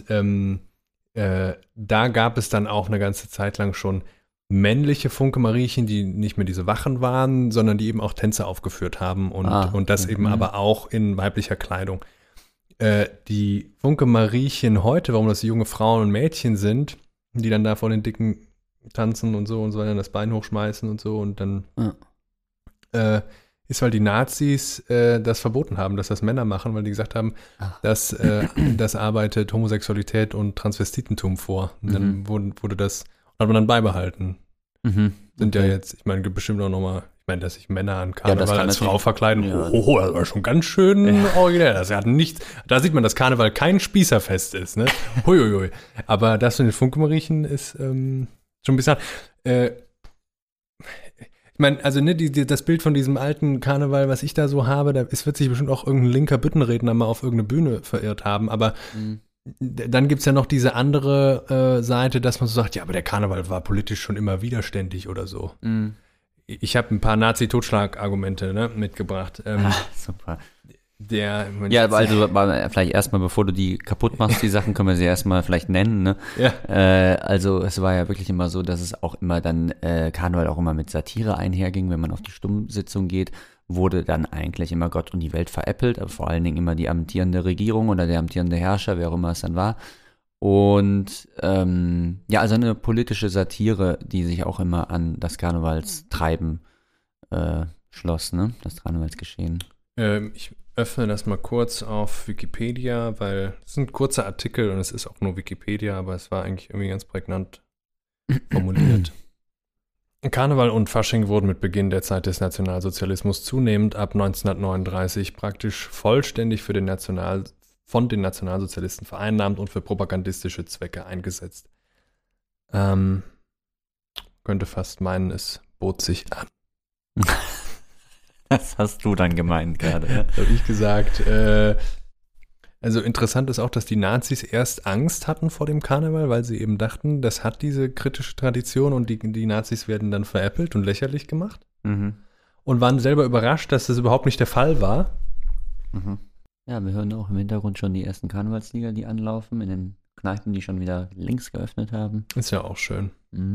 da gab es dann auch eine ganze Zeit lang schon männliche Funke-Mariechen, die nicht mehr diese Wachen waren, sondern die eben auch Tänze aufgeführt haben und das eben aber auch in weiblicher Kleidung. Die Funke-Mariechen heute, warum das junge Frauen und Mädchen sind, die dann da vor den Dicken tanzen und so dann das Bein hochschmeißen und so und dann ist, weil die Nazis das verboten haben, dass das Männer machen, weil die gesagt haben, dass das arbeitet Homosexualität und Transvestitentum vor. Und dann wurde das hat man dann beibehalten. Sind ja jetzt, ich meine, bestimmt auch nochmal, ich meine, dass sich Männer an Karneval als Frau verkleiden, das war schon ganz schön originell. Das hat nichts, da sieht man, dass Karneval kein Spießerfest ist, ne? Huiuiui. Aber das von den Funke-Mariechen ist schon ein bisschen, ich meine, also ne, das Bild von diesem alten Karneval, was ich da so habe, wird sich bestimmt auch irgendein linker Büttenredner mal auf irgendeine Bühne verirrt haben, aber dann gibt es ja noch diese andere Seite, dass man so sagt, ja, aber der Karneval war politisch schon immer widerständig oder so. Ich habe ein paar Nazi-Totschlag-Argumente mitgebracht. Super. Aber also vielleicht erstmal, bevor du die kaputt machst, die Sachen, können wir sie erstmal vielleicht nennen. Ne? Ja. Also es war ja wirklich immer so, dass es auch immer dann Karneval auch immer mit Satire einherging, wenn man auf die Stummsitzung geht, wurde dann eigentlich immer Gott und die Welt veräppelt, aber vor allen Dingen immer die amtierende Regierung oder der amtierende Herrscher, wer auch immer es dann war. Und also eine politische Satire, die sich auch immer an das Karnevalstreiben schloss, ne? Das Karnevalsgeschehen. Ich öffne das mal kurz auf Wikipedia, weil es ist ein kurzer Artikel und es ist auch nur Wikipedia, aber es war eigentlich irgendwie ganz prägnant formuliert. Karneval und Fasching wurden mit Beginn der Zeit des Nationalsozialismus zunehmend ab 1939 praktisch vollständig von den Nationalsozialisten vereinnahmt und für propagandistische Zwecke eingesetzt. Könnte fast meinen, es bot sich an. Das hast du dann gemeint gerade. Ja? Das habe ich gesagt. Also interessant ist auch, dass die Nazis erst Angst hatten vor dem Karneval, weil sie eben dachten, das hat diese kritische Tradition und die Nazis werden dann veräppelt und lächerlich gemacht. Und waren selber überrascht, dass das überhaupt nicht der Fall war. Ja, wir hören auch im Hintergrund schon die ersten Karnevalslieder, die anlaufen, in den Kneipen, die schon wieder links geöffnet haben. Ist ja auch schön.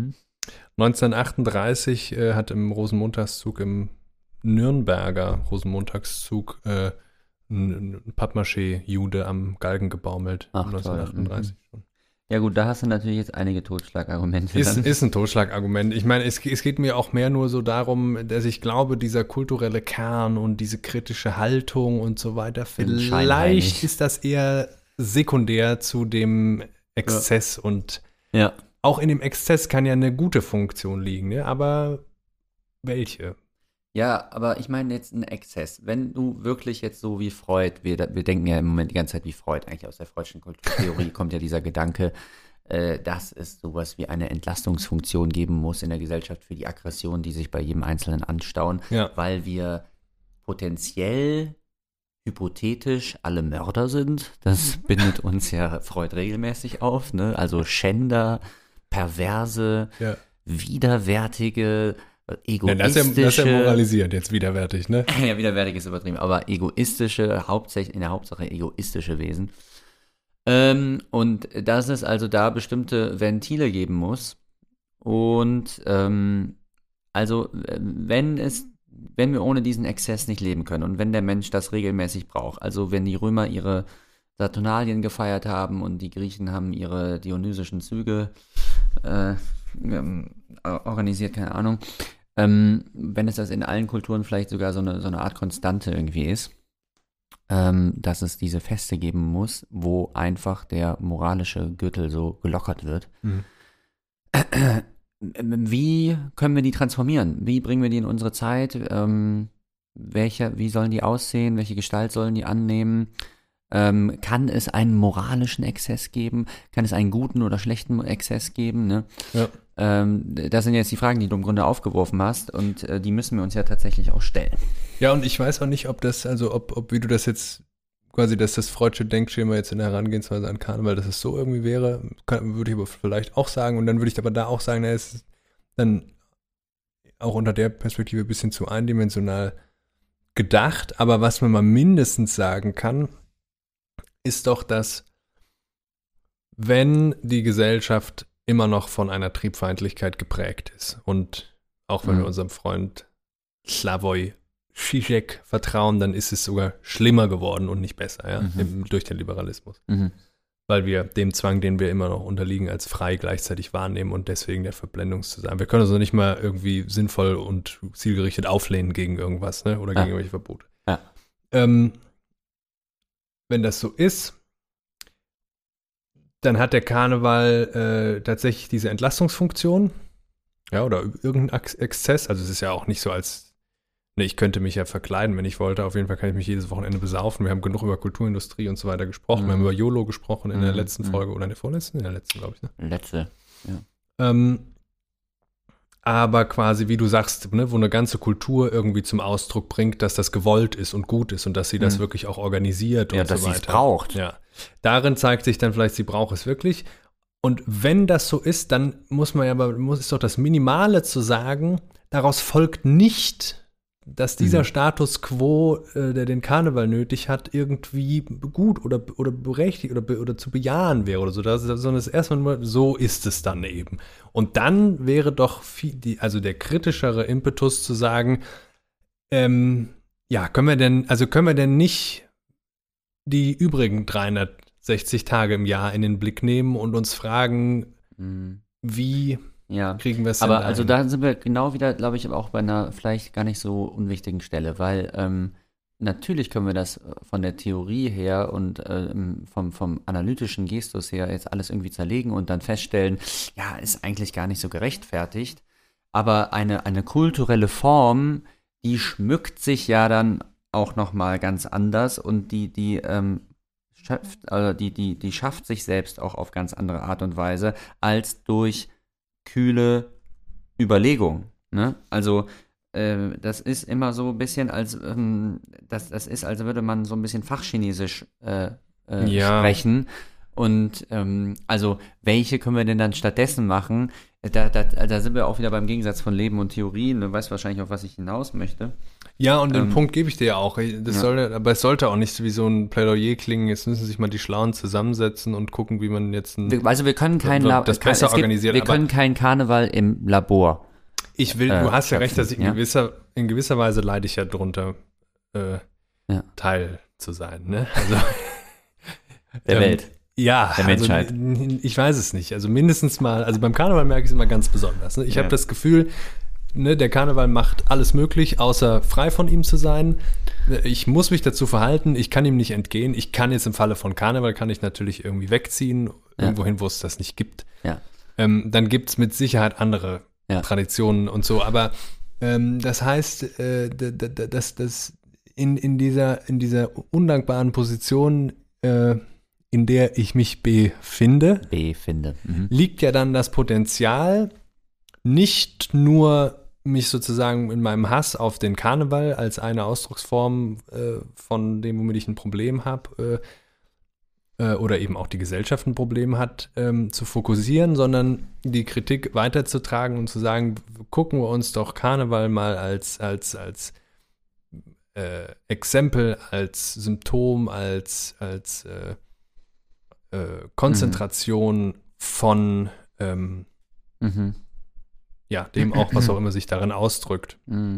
1938 hat im Rosenmontagszug, im Nürnberger Rosenmontagszug, ein Pappmaché-Jude am Galgen gebaumelt. 1938 schon. Ja gut, da hast du natürlich jetzt einige Totschlagargumente. Ist ein Totschlagargument. Ich meine, es geht mir auch mehr nur so darum, dass ich glaube, dieser kulturelle Kern und diese kritische Haltung und so weiter, vielleicht ist das eher sekundär zu dem Exzess und auch in dem Exzess kann ja eine gute Funktion liegen, ne? Aber welche? Ja, aber ich meine jetzt ein Exzess. Wenn du wirklich jetzt so wie Freud, wir denken ja im Moment die ganze Zeit wie Freud, eigentlich aus der freudschen Kulturtheorie kommt ja dieser Gedanke, dass es sowas wie eine Entlastungsfunktion geben muss in der Gesellschaft für die Aggressionen, die sich bei jedem Einzelnen anstauen, weil wir potenziell, hypothetisch alle Mörder sind. Das bindet uns ja Freud regelmäßig auf, ne? Also Schänder, perverse, widerwärtige, egoistische... Das ist ja moralisiert, jetzt widerwärtig, ne? Ja, widerwärtig ist übertrieben, aber in der Hauptsache egoistische Wesen. Und dass es also da bestimmte Ventile geben muss. Und also wenn wir ohne diesen Exzess nicht leben können und wenn der Mensch das regelmäßig braucht, also wenn die Römer ihre Saturnalien gefeiert haben und die Griechen haben ihre dionysischen Züge organisiert, keine Ahnung, wenn es das in allen Kulturen vielleicht sogar so eine Art Konstante irgendwie ist, dass es diese Feste geben muss, wo einfach der moralische Gürtel so gelockert wird. Mhm. Wie können wir die transformieren? Wie bringen wir die in unsere Zeit? Wie sollen die aussehen? Welche Gestalt sollen die annehmen? Kann es einen moralischen Exzess geben? Kann es einen guten oder schlechten Exzess geben? Ne? Ja. Das sind jetzt die Fragen, die du im Grunde aufgeworfen hast und die müssen wir uns ja tatsächlich auch stellen. Ja, und ich weiß auch nicht, ob das, also ob wie du das jetzt quasi, dass das Freudsche Denkschema jetzt in der Herangehensweise an Karneval, dass es so irgendwie wäre, würde ich aber vielleicht auch sagen. Und dann würde ich aber da auch sagen, es ist dann auch unter der Perspektive ein bisschen zu eindimensional gedacht. Aber was man mal mindestens sagen kann, ist doch, dass wenn die Gesellschaft immer noch von einer Triebfeindlichkeit geprägt ist und auch wenn wir unserem Freund Slavoj Žižek vertrauen, dann ist es sogar schlimmer geworden und nicht besser, ja, durch den Liberalismus. Weil wir dem Zwang, den wir immer noch unterliegen, als frei gleichzeitig wahrnehmen und deswegen der Verblendungszusammenhang. Wir können uns also nicht mal irgendwie sinnvoll und zielgerichtet auflehnen gegen irgendwas, ne, oder gegen irgendwelche Verbote. Ja. Wenn das so ist, dann hat der Karneval tatsächlich diese Entlastungsfunktion, ja, oder irgendein Exzess. Also es ist ja auch nicht so, als ich könnte mich ja verkleiden, wenn ich wollte. Auf jeden Fall kann ich mich jedes Wochenende besaufen. Wir haben genug über Kulturindustrie und so weiter gesprochen. Wir haben über YOLO gesprochen in der letzten Folge oder in der vorletzten? In der letzten, glaube ich. Ne? Letzte, ja. Aber quasi, wie du sagst, ne, wo eine ganze Kultur irgendwie zum Ausdruck bringt, dass das gewollt ist und gut ist und dass sie das wirklich auch organisiert und so weiter. Ja, dass sie es braucht. Ja. Darin zeigt sich dann vielleicht, sie braucht es wirklich. Und wenn das so ist, dann ist doch das Minimale zu sagen, daraus folgt nicht, dass dieser Status quo, der den Karneval nötig hat, irgendwie gut oder berechtigt oder zu bejahen wäre oder so. Sondern es ist erstmal nur, so ist es dann eben. Und dann wäre doch der kritischere Impetus zu sagen, können wir denn nicht die übrigen 360 Tage im Jahr in den Blick nehmen und uns fragen, wie kriegen wir es denn aber dahin? Also da sind wir genau wieder, glaube ich, aber auch bei einer vielleicht gar nicht so unwichtigen Stelle, weil natürlich können wir das von der Theorie her und vom analytischen Gestus her jetzt alles irgendwie zerlegen und dann feststellen, ja, ist eigentlich gar nicht so gerechtfertigt, aber eine kulturelle Form, die schmückt sich ja dann auch nochmal ganz anders und die schafft sich selbst auch auf ganz andere Art und Weise als durch kühle Überlegung. Ne? Also das ist immer so ein bisschen, als das ist, als würde man so ein bisschen Fachchinesisch sprechen. Und also welche können wir denn dann stattdessen machen? Da sind wir auch wieder beim Gegensatz von Leben und Theorie. Du weißt wahrscheinlich, auf was ich hinaus möchte. Ja, und den Punkt gebe ich dir ja auch. Aber es sollte auch nicht wie so ein Plädoyer klingen. Jetzt müssen sich mal die Schlauen zusammensetzen und gucken, wie man jetzt wir können keinen Karneval im Labor. Du hast ja recht, dass ich in gewisser Weise leide ich ja drunter, Teil zu sein, ne? Also der Welt. Ja, der Menschheit. Also, ich weiß es nicht. Also mindestens mal, also beim Karneval merke ich es immer ganz besonders. Ne? Ich habe das Gefühl, ne, der Karneval macht alles möglich, außer frei von ihm zu sein. Ich muss mich dazu verhalten, ich kann ihm nicht entgehen. Ich kann jetzt im Falle von Karneval, kann ich natürlich irgendwie wegziehen, irgendwohin, wo es das nicht gibt. Ja. Dann gibt es mit Sicherheit andere Traditionen und so. Aber das heißt, dass in dieser undankbaren Position, in der ich mich befinde, liegt ja dann das Potenzial, nicht nur mich sozusagen in meinem Hass auf den Karneval als eine Ausdrucksform von dem, womit ich ein Problem habe, oder eben auch die Gesellschaft ein Problem hat, zu fokussieren, sondern die Kritik weiterzutragen und zu sagen, gucken wir uns doch Karneval mal als Exempel, als Symptom, als Konzentration von dem auch, was auch immer sich darin ausdrückt.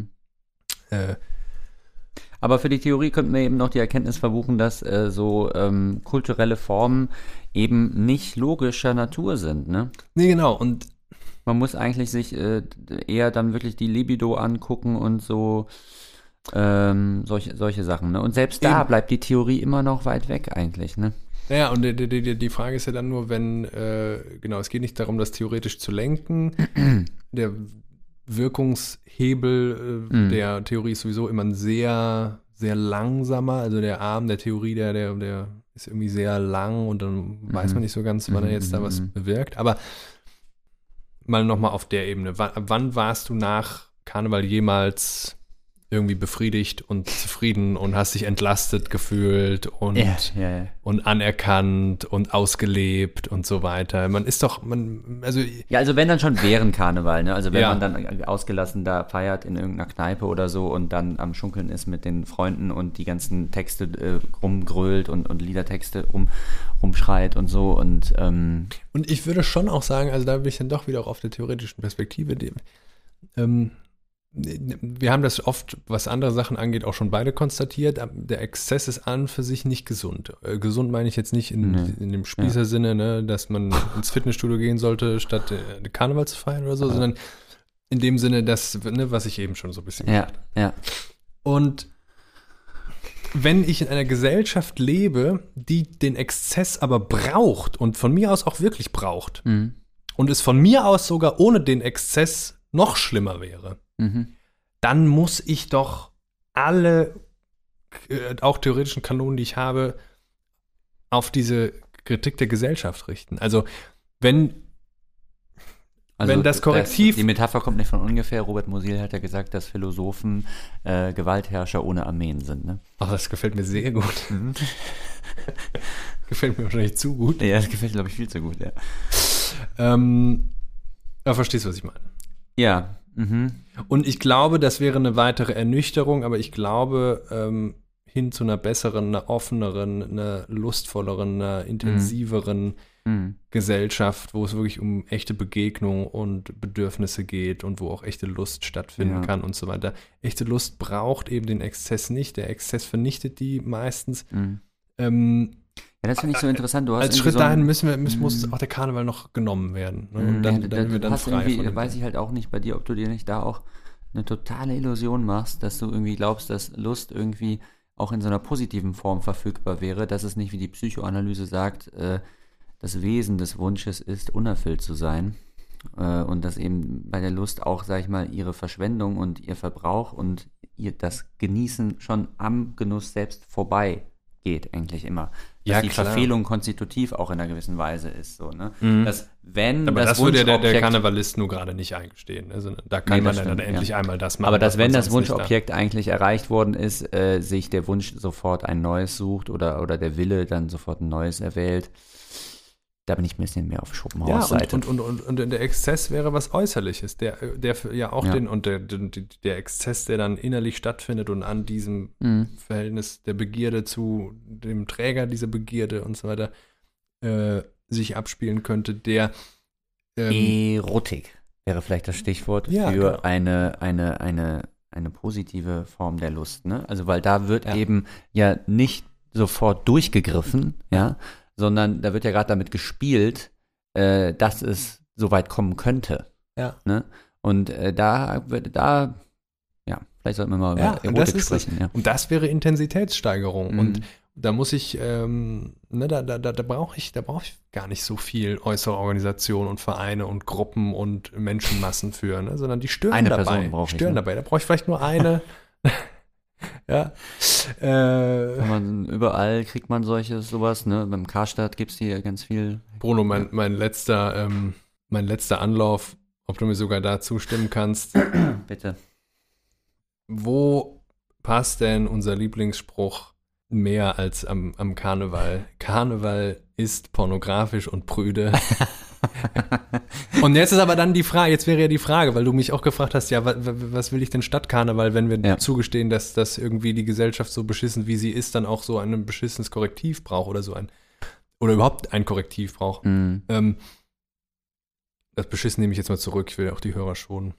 Aber für die Theorie könnten wir eben noch die Erkenntnis verbuchen, dass so kulturelle Formen eben nicht logischer Natur sind, ne? Nee, genau. Und man muss eigentlich sich eher dann wirklich die Libido angucken und so solche Sachen, ne? Und selbst da bleibt die Theorie immer noch weit weg eigentlich, ne? Naja, und die Frage ist ja dann nur, wenn, es geht nicht darum, das theoretisch zu lenken. Der Wirkungshebel der Theorie ist sowieso immer ein sehr, sehr langsamer. Also der Arm der Theorie, der ist irgendwie sehr lang und dann weiß man nicht so ganz, wann er jetzt da was bewirkt. Aber mal nochmal auf der Ebene. Wann warst du nach Karneval jemals irgendwie befriedigt und zufrieden und hast dich entlastet gefühlt und anerkannt und ausgelebt und so weiter. Also wenn dann schon während Karneval, ne? Also wenn man dann ausgelassen da feiert in irgendeiner Kneipe oder so und dann am Schunkeln ist mit den Freunden und die ganzen Texte rumgrölt und Liedertexte rumschreit und so und ich würde schon auch sagen, also da bin ich dann doch wieder auch auf der theoretischen Perspektive, wir haben das oft, was andere Sachen angeht, auch schon beide konstatiert. Der Exzess ist an und für sich nicht gesund. Gesund meine ich jetzt nicht in dem Spießersinne, ne, dass man ins Fitnessstudio gehen sollte, statt Karneval zu feiern oder so, sondern in dem Sinne, dass, ne, was ich eben schon so ein bisschen gesagt habe. Ja. Und wenn ich in einer Gesellschaft lebe, die den Exzess aber braucht und von mir aus auch wirklich braucht und es von mir aus sogar ohne den Exzess noch schlimmer wäre, dann muss ich doch alle, auch theoretischen Kanonen, die ich habe, auf diese Kritik der Gesellschaft richten. Also wenn das Korrektiv... Die Metapher kommt nicht von ungefähr. Robert Musil hat ja gesagt, dass Philosophen Gewaltherrscher ohne Armeen sind. Ne? Ach, das gefällt mir sehr gut. Gefällt mir wahrscheinlich zu gut. Ja, das gefällt, glaube ich, viel zu gut, ja. Aber verstehst du, was ich meine? Ja. Und ich glaube, das wäre eine weitere Ernüchterung, aber ich glaube, hin zu einer besseren, einer offeneren, einer lustvolleren, einer intensiveren Gesellschaft, wo es wirklich um echte Begegnung und Bedürfnisse geht und wo auch echte Lust stattfinden kann und so weiter. Echte Lust braucht eben den Exzess nicht. Der Exzess vernichtet die meistens. Das finde ich so interessant. Du hast als Schritt dahin muss auch der Karneval noch genommen werden. Ne? Und dann sind wir dann frei von dem. Weiß ich halt auch nicht bei dir, ob du dir nicht da auch eine totale Illusion machst, dass du irgendwie glaubst, dass Lust irgendwie auch in so einer positiven Form verfügbar wäre, dass es nicht, wie die Psychoanalyse sagt, das Wesen des Wunsches ist, unerfüllt zu sein. Und dass eben bei der Lust auch, sag ich mal, ihre Verschwendung und ihr Verbrauch und das Genießen schon am Genuss selbst vorbei geht eigentlich immer. Dass die Verfehlung konstitutiv auch in einer gewissen Weise ist. So, ne? Dass, wenn aber das würde der Karnevalist nur gerade nicht eingestehen. Also, da kann man dann endlich einmal das machen. Aber wenn das Wunschobjekt eigentlich erreicht worden ist, sich der Wunsch sofort ein neues sucht oder der Wille dann sofort ein neues erwählt, da bin ich ein bisschen mehr auf Schopenhauers-Seite. Und der Exzess wäre was Äußerliches, der ja auch der Exzess, der dann innerlich stattfindet und an diesem Verhältnis der Begierde zu dem Träger dieser Begierde und so weiter sich abspielen könnte, der Erotik wäre vielleicht das Stichwort für eine positive Form der Lust, ne? Also weil da wird eben ja nicht sofort durchgegriffen, sondern da wird ja gerade damit gespielt, dass es so weit kommen könnte. Ja. Ne? Und vielleicht sollten wir mal über Erotik sprechen. Ja. Und das wäre Intensitätssteigerung. Und da muss ich, da brauche ich gar nicht so viel äußere Organisation und Vereine und Gruppen und Menschenmassen für, ne? Sondern die stören eine dabei. Person brauche ich. Da brauche ich vielleicht nur eine. Ja. Überall kriegt man sowas, ne? Beim Karstadt gibt es hier ganz viel. Bruno, mein letzter Anlauf, ob du mir sogar da zustimmen kannst. Bitte. Wo passt denn unser Lieblingsspruch mehr als am Karneval. Karneval ist pornografisch und prüde. Und jetzt ist aber dann die Frage, jetzt wäre ja die Frage, weil du mich auch gefragt hast, ja, was will ich denn statt Karneval, wenn wir zugestehen, dass irgendwie die Gesellschaft so beschissen, wie sie ist, dann auch so ein beschissenes Korrektiv braucht oder überhaupt ein Korrektiv braucht. Das Beschissen nehme ich jetzt mal zurück, ich will ja auch die Hörer schonen.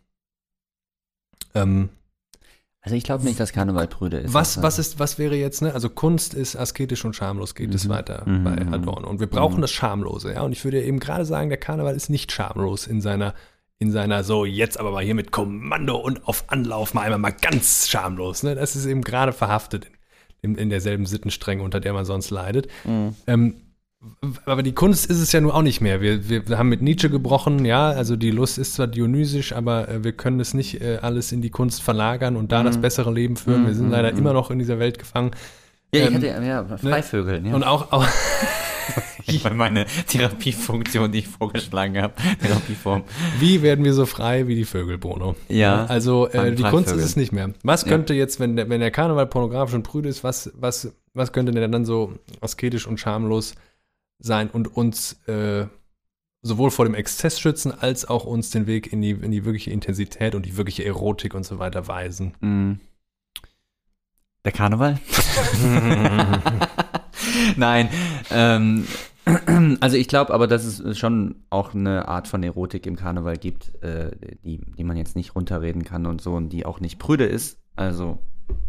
Also ich glaube nicht, dass Karneval prüde ist. Was wäre jetzt, ne? Also Kunst ist asketisch und schamlos, geht es weiter bei Adorno. Und wir brauchen das Schamlose, ja. Und ich würde eben gerade sagen, der Karneval ist nicht schamlos in seiner so, jetzt aber mal hier mit Kommando und auf Anlauf mal einmal ganz schamlos, ne? Das ist eben gerade verhaftet in derselben Sittenstrenge, unter der man sonst leidet. Aber die Kunst ist es ja nun auch nicht mehr. Wir haben mit Nietzsche gebrochen, ja, also die Lust ist zwar dionysisch, aber wir können es nicht alles in die Kunst verlagern und da das bessere Leben führen. Wir sind leider immer noch in dieser Welt gefangen. Ja, ich hatte Freivögeln, ne? Ja. Und auch weil meine Therapiefunktion, die ich vorgeschlagen habe, Therapieform. Wie werden wir so frei wie die Vögel, Bruno? Ja. Also die Kunst ist es nicht mehr. Was könnte jetzt, wenn der Karneval pornografisch und prüde ist, was könnte denn dann so asketisch und schamlos sein und uns sowohl vor dem Exzess schützen, als auch uns den Weg in die wirkliche Intensität und die wirkliche Erotik und so weiter weisen? Der Karneval? Nein. Also ich glaube aber, dass es schon auch eine Art von Erotik im Karneval gibt, die man jetzt nicht runterreden kann und so und die auch nicht prüde ist. Also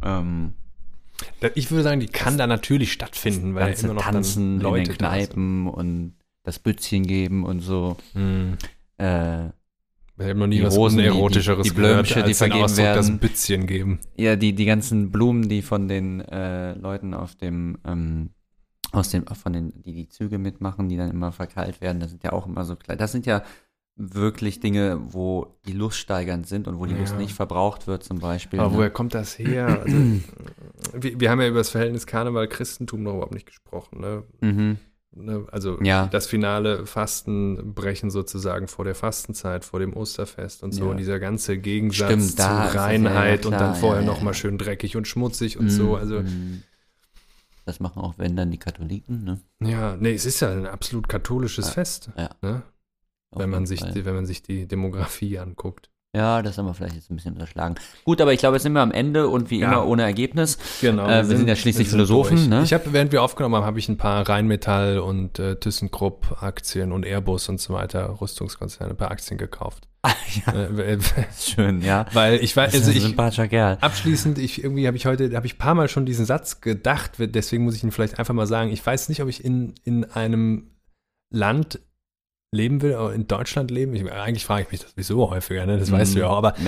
ich würde sagen, die kann da natürlich stattfinden, weil immer noch Tanzen dann Leute in den Kneipen und das Bützchen geben und so. Ich habe noch nie die was Rosen, Unerotischeres die Blömsche, die vergeben Ausdruck, werden. Das Bützchen geben. Ja, die ganzen Blumen, die von den Leuten die Züge mitmachen, die dann immer verkeilt werden, das sind ja auch immer so klein. Das sind ja wirklich Dinge, wo die Lust steigernd sind und wo die Lust nicht verbraucht wird zum Beispiel. Aber woher kommt das her? Also, wir haben ja über das Verhältnis Karneval-Christentum noch überhaupt nicht gesprochen. Ne? Also das finale Fastenbrechen sozusagen vor der Fastenzeit, vor dem Osterfest und so. Und dieser ganze Gegensatz zu Reinheit und dann vorher nochmal schön dreckig und schmutzig und so. Also das machen auch, wenn dann die Katholiken, ne? Ja, nee, es ist ja ein absolut katholisches Fest. Ja. Ne? Wenn man sich die Demografie anguckt. Ja, das haben wir vielleicht jetzt ein bisschen unterschlagen. Gut, aber ich glaube, jetzt sind wir am Ende und wie immer ohne Ergebnis. Genau. Wir sind ja schließlich Philosophen. Ne? Während wir aufgenommen haben, habe ich ein paar Rheinmetall und ThyssenKrupp Aktien und Airbus und so weiter, Rüstungskonzerne, ein paar Aktien gekauft. Schön, ja. Weil ich weiß, also ein sympathischer Kerl. Abschließend, habe ich ein paar Mal schon diesen Satz gedacht, deswegen muss ich ihn vielleicht einfach mal sagen. Ich weiß nicht, ob ich in einem Land leben will, oder in Deutschland leben. Eigentlich frage ich mich das sowieso häufiger, ne? Das weißt du ja auch. Aber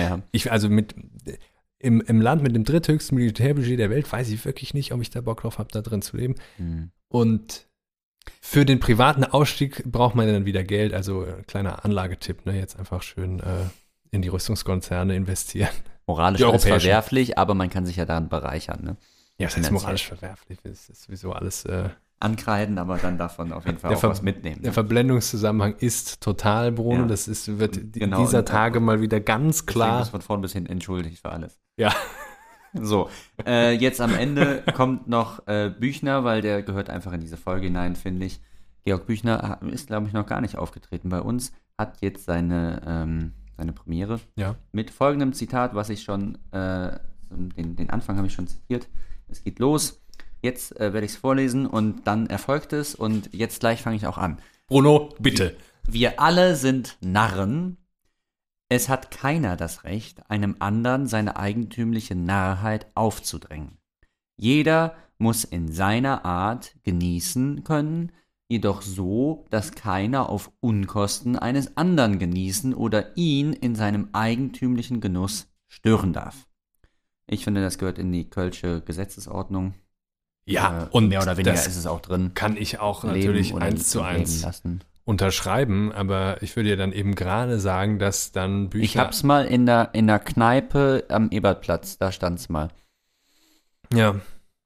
im Land mit dem dritthöchsten Militärbudget der Welt weiß ich wirklich nicht, ob ich da Bock drauf habe, da drin zu leben. Und für den privaten Ausstieg braucht man dann wieder Geld. Also kleiner Anlagetipp, ne? Jetzt einfach schön in die Rüstungskonzerne investieren. Moralisch ist verwerflich, aber man kann sich ja daran bereichern, ne? Ja, das heißt moralisch verwerflich. Das ist sowieso alles ankreiden, aber dann davon auf jeden Fall auch was mitnehmen. Ne? Der Verblendungszusammenhang ist total, Bruno. Ja. Das wird dieser Tage mal wieder ganz klar. Deswegen ist von vorn bis hin entschuldigt für alles. Ja. So, jetzt am Ende kommt noch Büchner, weil der gehört einfach in diese Folge hinein, finde ich. Georg Büchner ist, glaube ich, noch gar nicht aufgetreten bei uns, hat jetzt seine Premiere mit folgendem Zitat, was ich schon, den Anfang habe ich schon zitiert. Es geht los. Jetzt werde ich es vorlesen und dann erfolgt es und jetzt gleich fange ich auch an. Bruno, bitte. Wir alle sind Narren. Es hat keiner das Recht, einem anderen seine eigentümliche Narrheit aufzudrängen. Jeder muss in seiner Art genießen können, jedoch so, dass keiner auf Unkosten eines anderen genießen oder ihn in seinem eigentümlichen Genuss stören darf. Ich finde, das gehört in die Kölsche Gesetzesordnung. Ja, und mehr oder weniger ist es auch drin. Kann ich auch natürlich 1:1 unterschreiben, aber ich würde ja dann eben gerade sagen, dass dann Bücher... Ich hab's mal in der Kneipe am Ebertplatz, da stand's mal. Ja.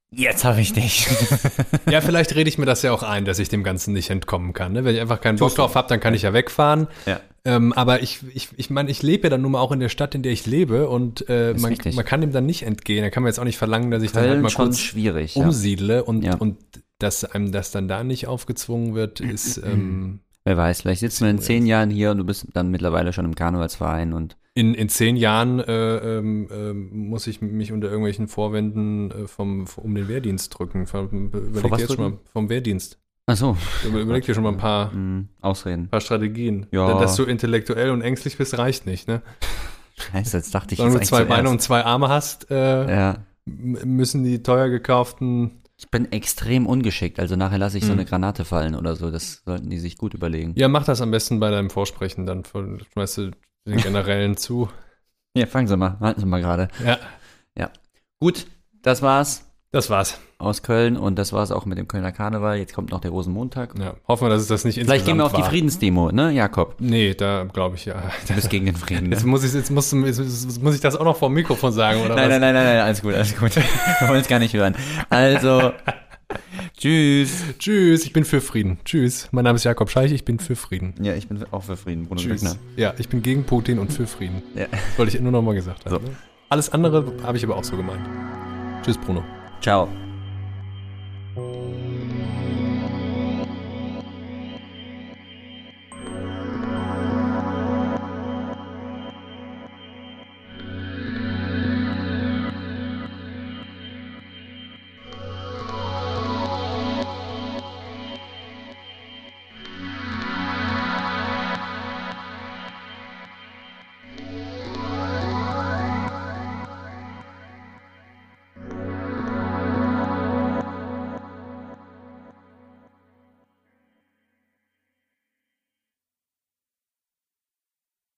Jetzt habe ich dich. Ja, vielleicht rede ich mir das ja auch ein, dass ich dem Ganzen nicht entkommen kann. Ne? Wenn ich einfach keinen Bock drauf habe, dann kann ich ja wegfahren. Ja. Aber ich meine, ich lebe ja dann nun mal auch in der Stadt, in der ich lebe und man kann dem dann nicht entgehen. Da kann man jetzt auch nicht verlangen, dass ich Köln dann halt mal schon kurz schwierig, umsiedle und Ja. dass einem das dann da nicht aufgezwungen wird, ist Wer weiß, vielleicht sitzen wir in 10 Jahren hier und du bist dann mittlerweile schon im Karnevalsverein und in 10 Jahren muss ich mich unter irgendwelchen Vorwänden um den Wehrdienst drücken. Überleg was dir jetzt schon mal vom Wehrdienst. ach so, Überleg dir schon mal ein paar Ausreden. Strategien. Ja. Dass du intellektuell und ängstlich bist, reicht nicht, ne? Scheiße, jetzt dachte ich Wenn du jetzt 2 eigentlich Beine zuerst. und 2 Arme hast, Ja. müssen die teuer gekauften. Ich bin extrem ungeschickt, also nachher lasse ich so eine Granate fallen oder so, das sollten die sich gut überlegen. Ja, mach das am besten bei deinem Vorsprechen, dann schmeißt du den Generellen zu. Ja, fangen Sie mal, halten Sie mal gerade. Ja, Gut, das war's das war's. aus Köln und das war's auch mit dem Kölner Karneval. Jetzt kommt noch der Rosenmontag. Ja, hoffen wir, dass es das nicht Vielleicht gehen wir auf die war. Friedensdemo, ne, Jakob? Nee, da glaube ich ja. Du bist gegen den Frieden. Ne? Jetzt muss ich das auch noch vor dem Mikrofon sagen, oder was? Nein, alles gut. Wir wollen es gar nicht hören. Also, tschüss. Tschüss, ich bin für Frieden. Tschüss. Mein Name ist Jakob Scheich, ich bin für Frieden. Ja, ich bin auch für Frieden, Bruno Tschüss. Glöckner. Ja, ich bin gegen Putin und für Frieden. Ja. Das wollte ich nur noch mal gesagt haben. So. Alles andere habe ich aber auch so gemeint. Tschüss, Bruno. Ciao.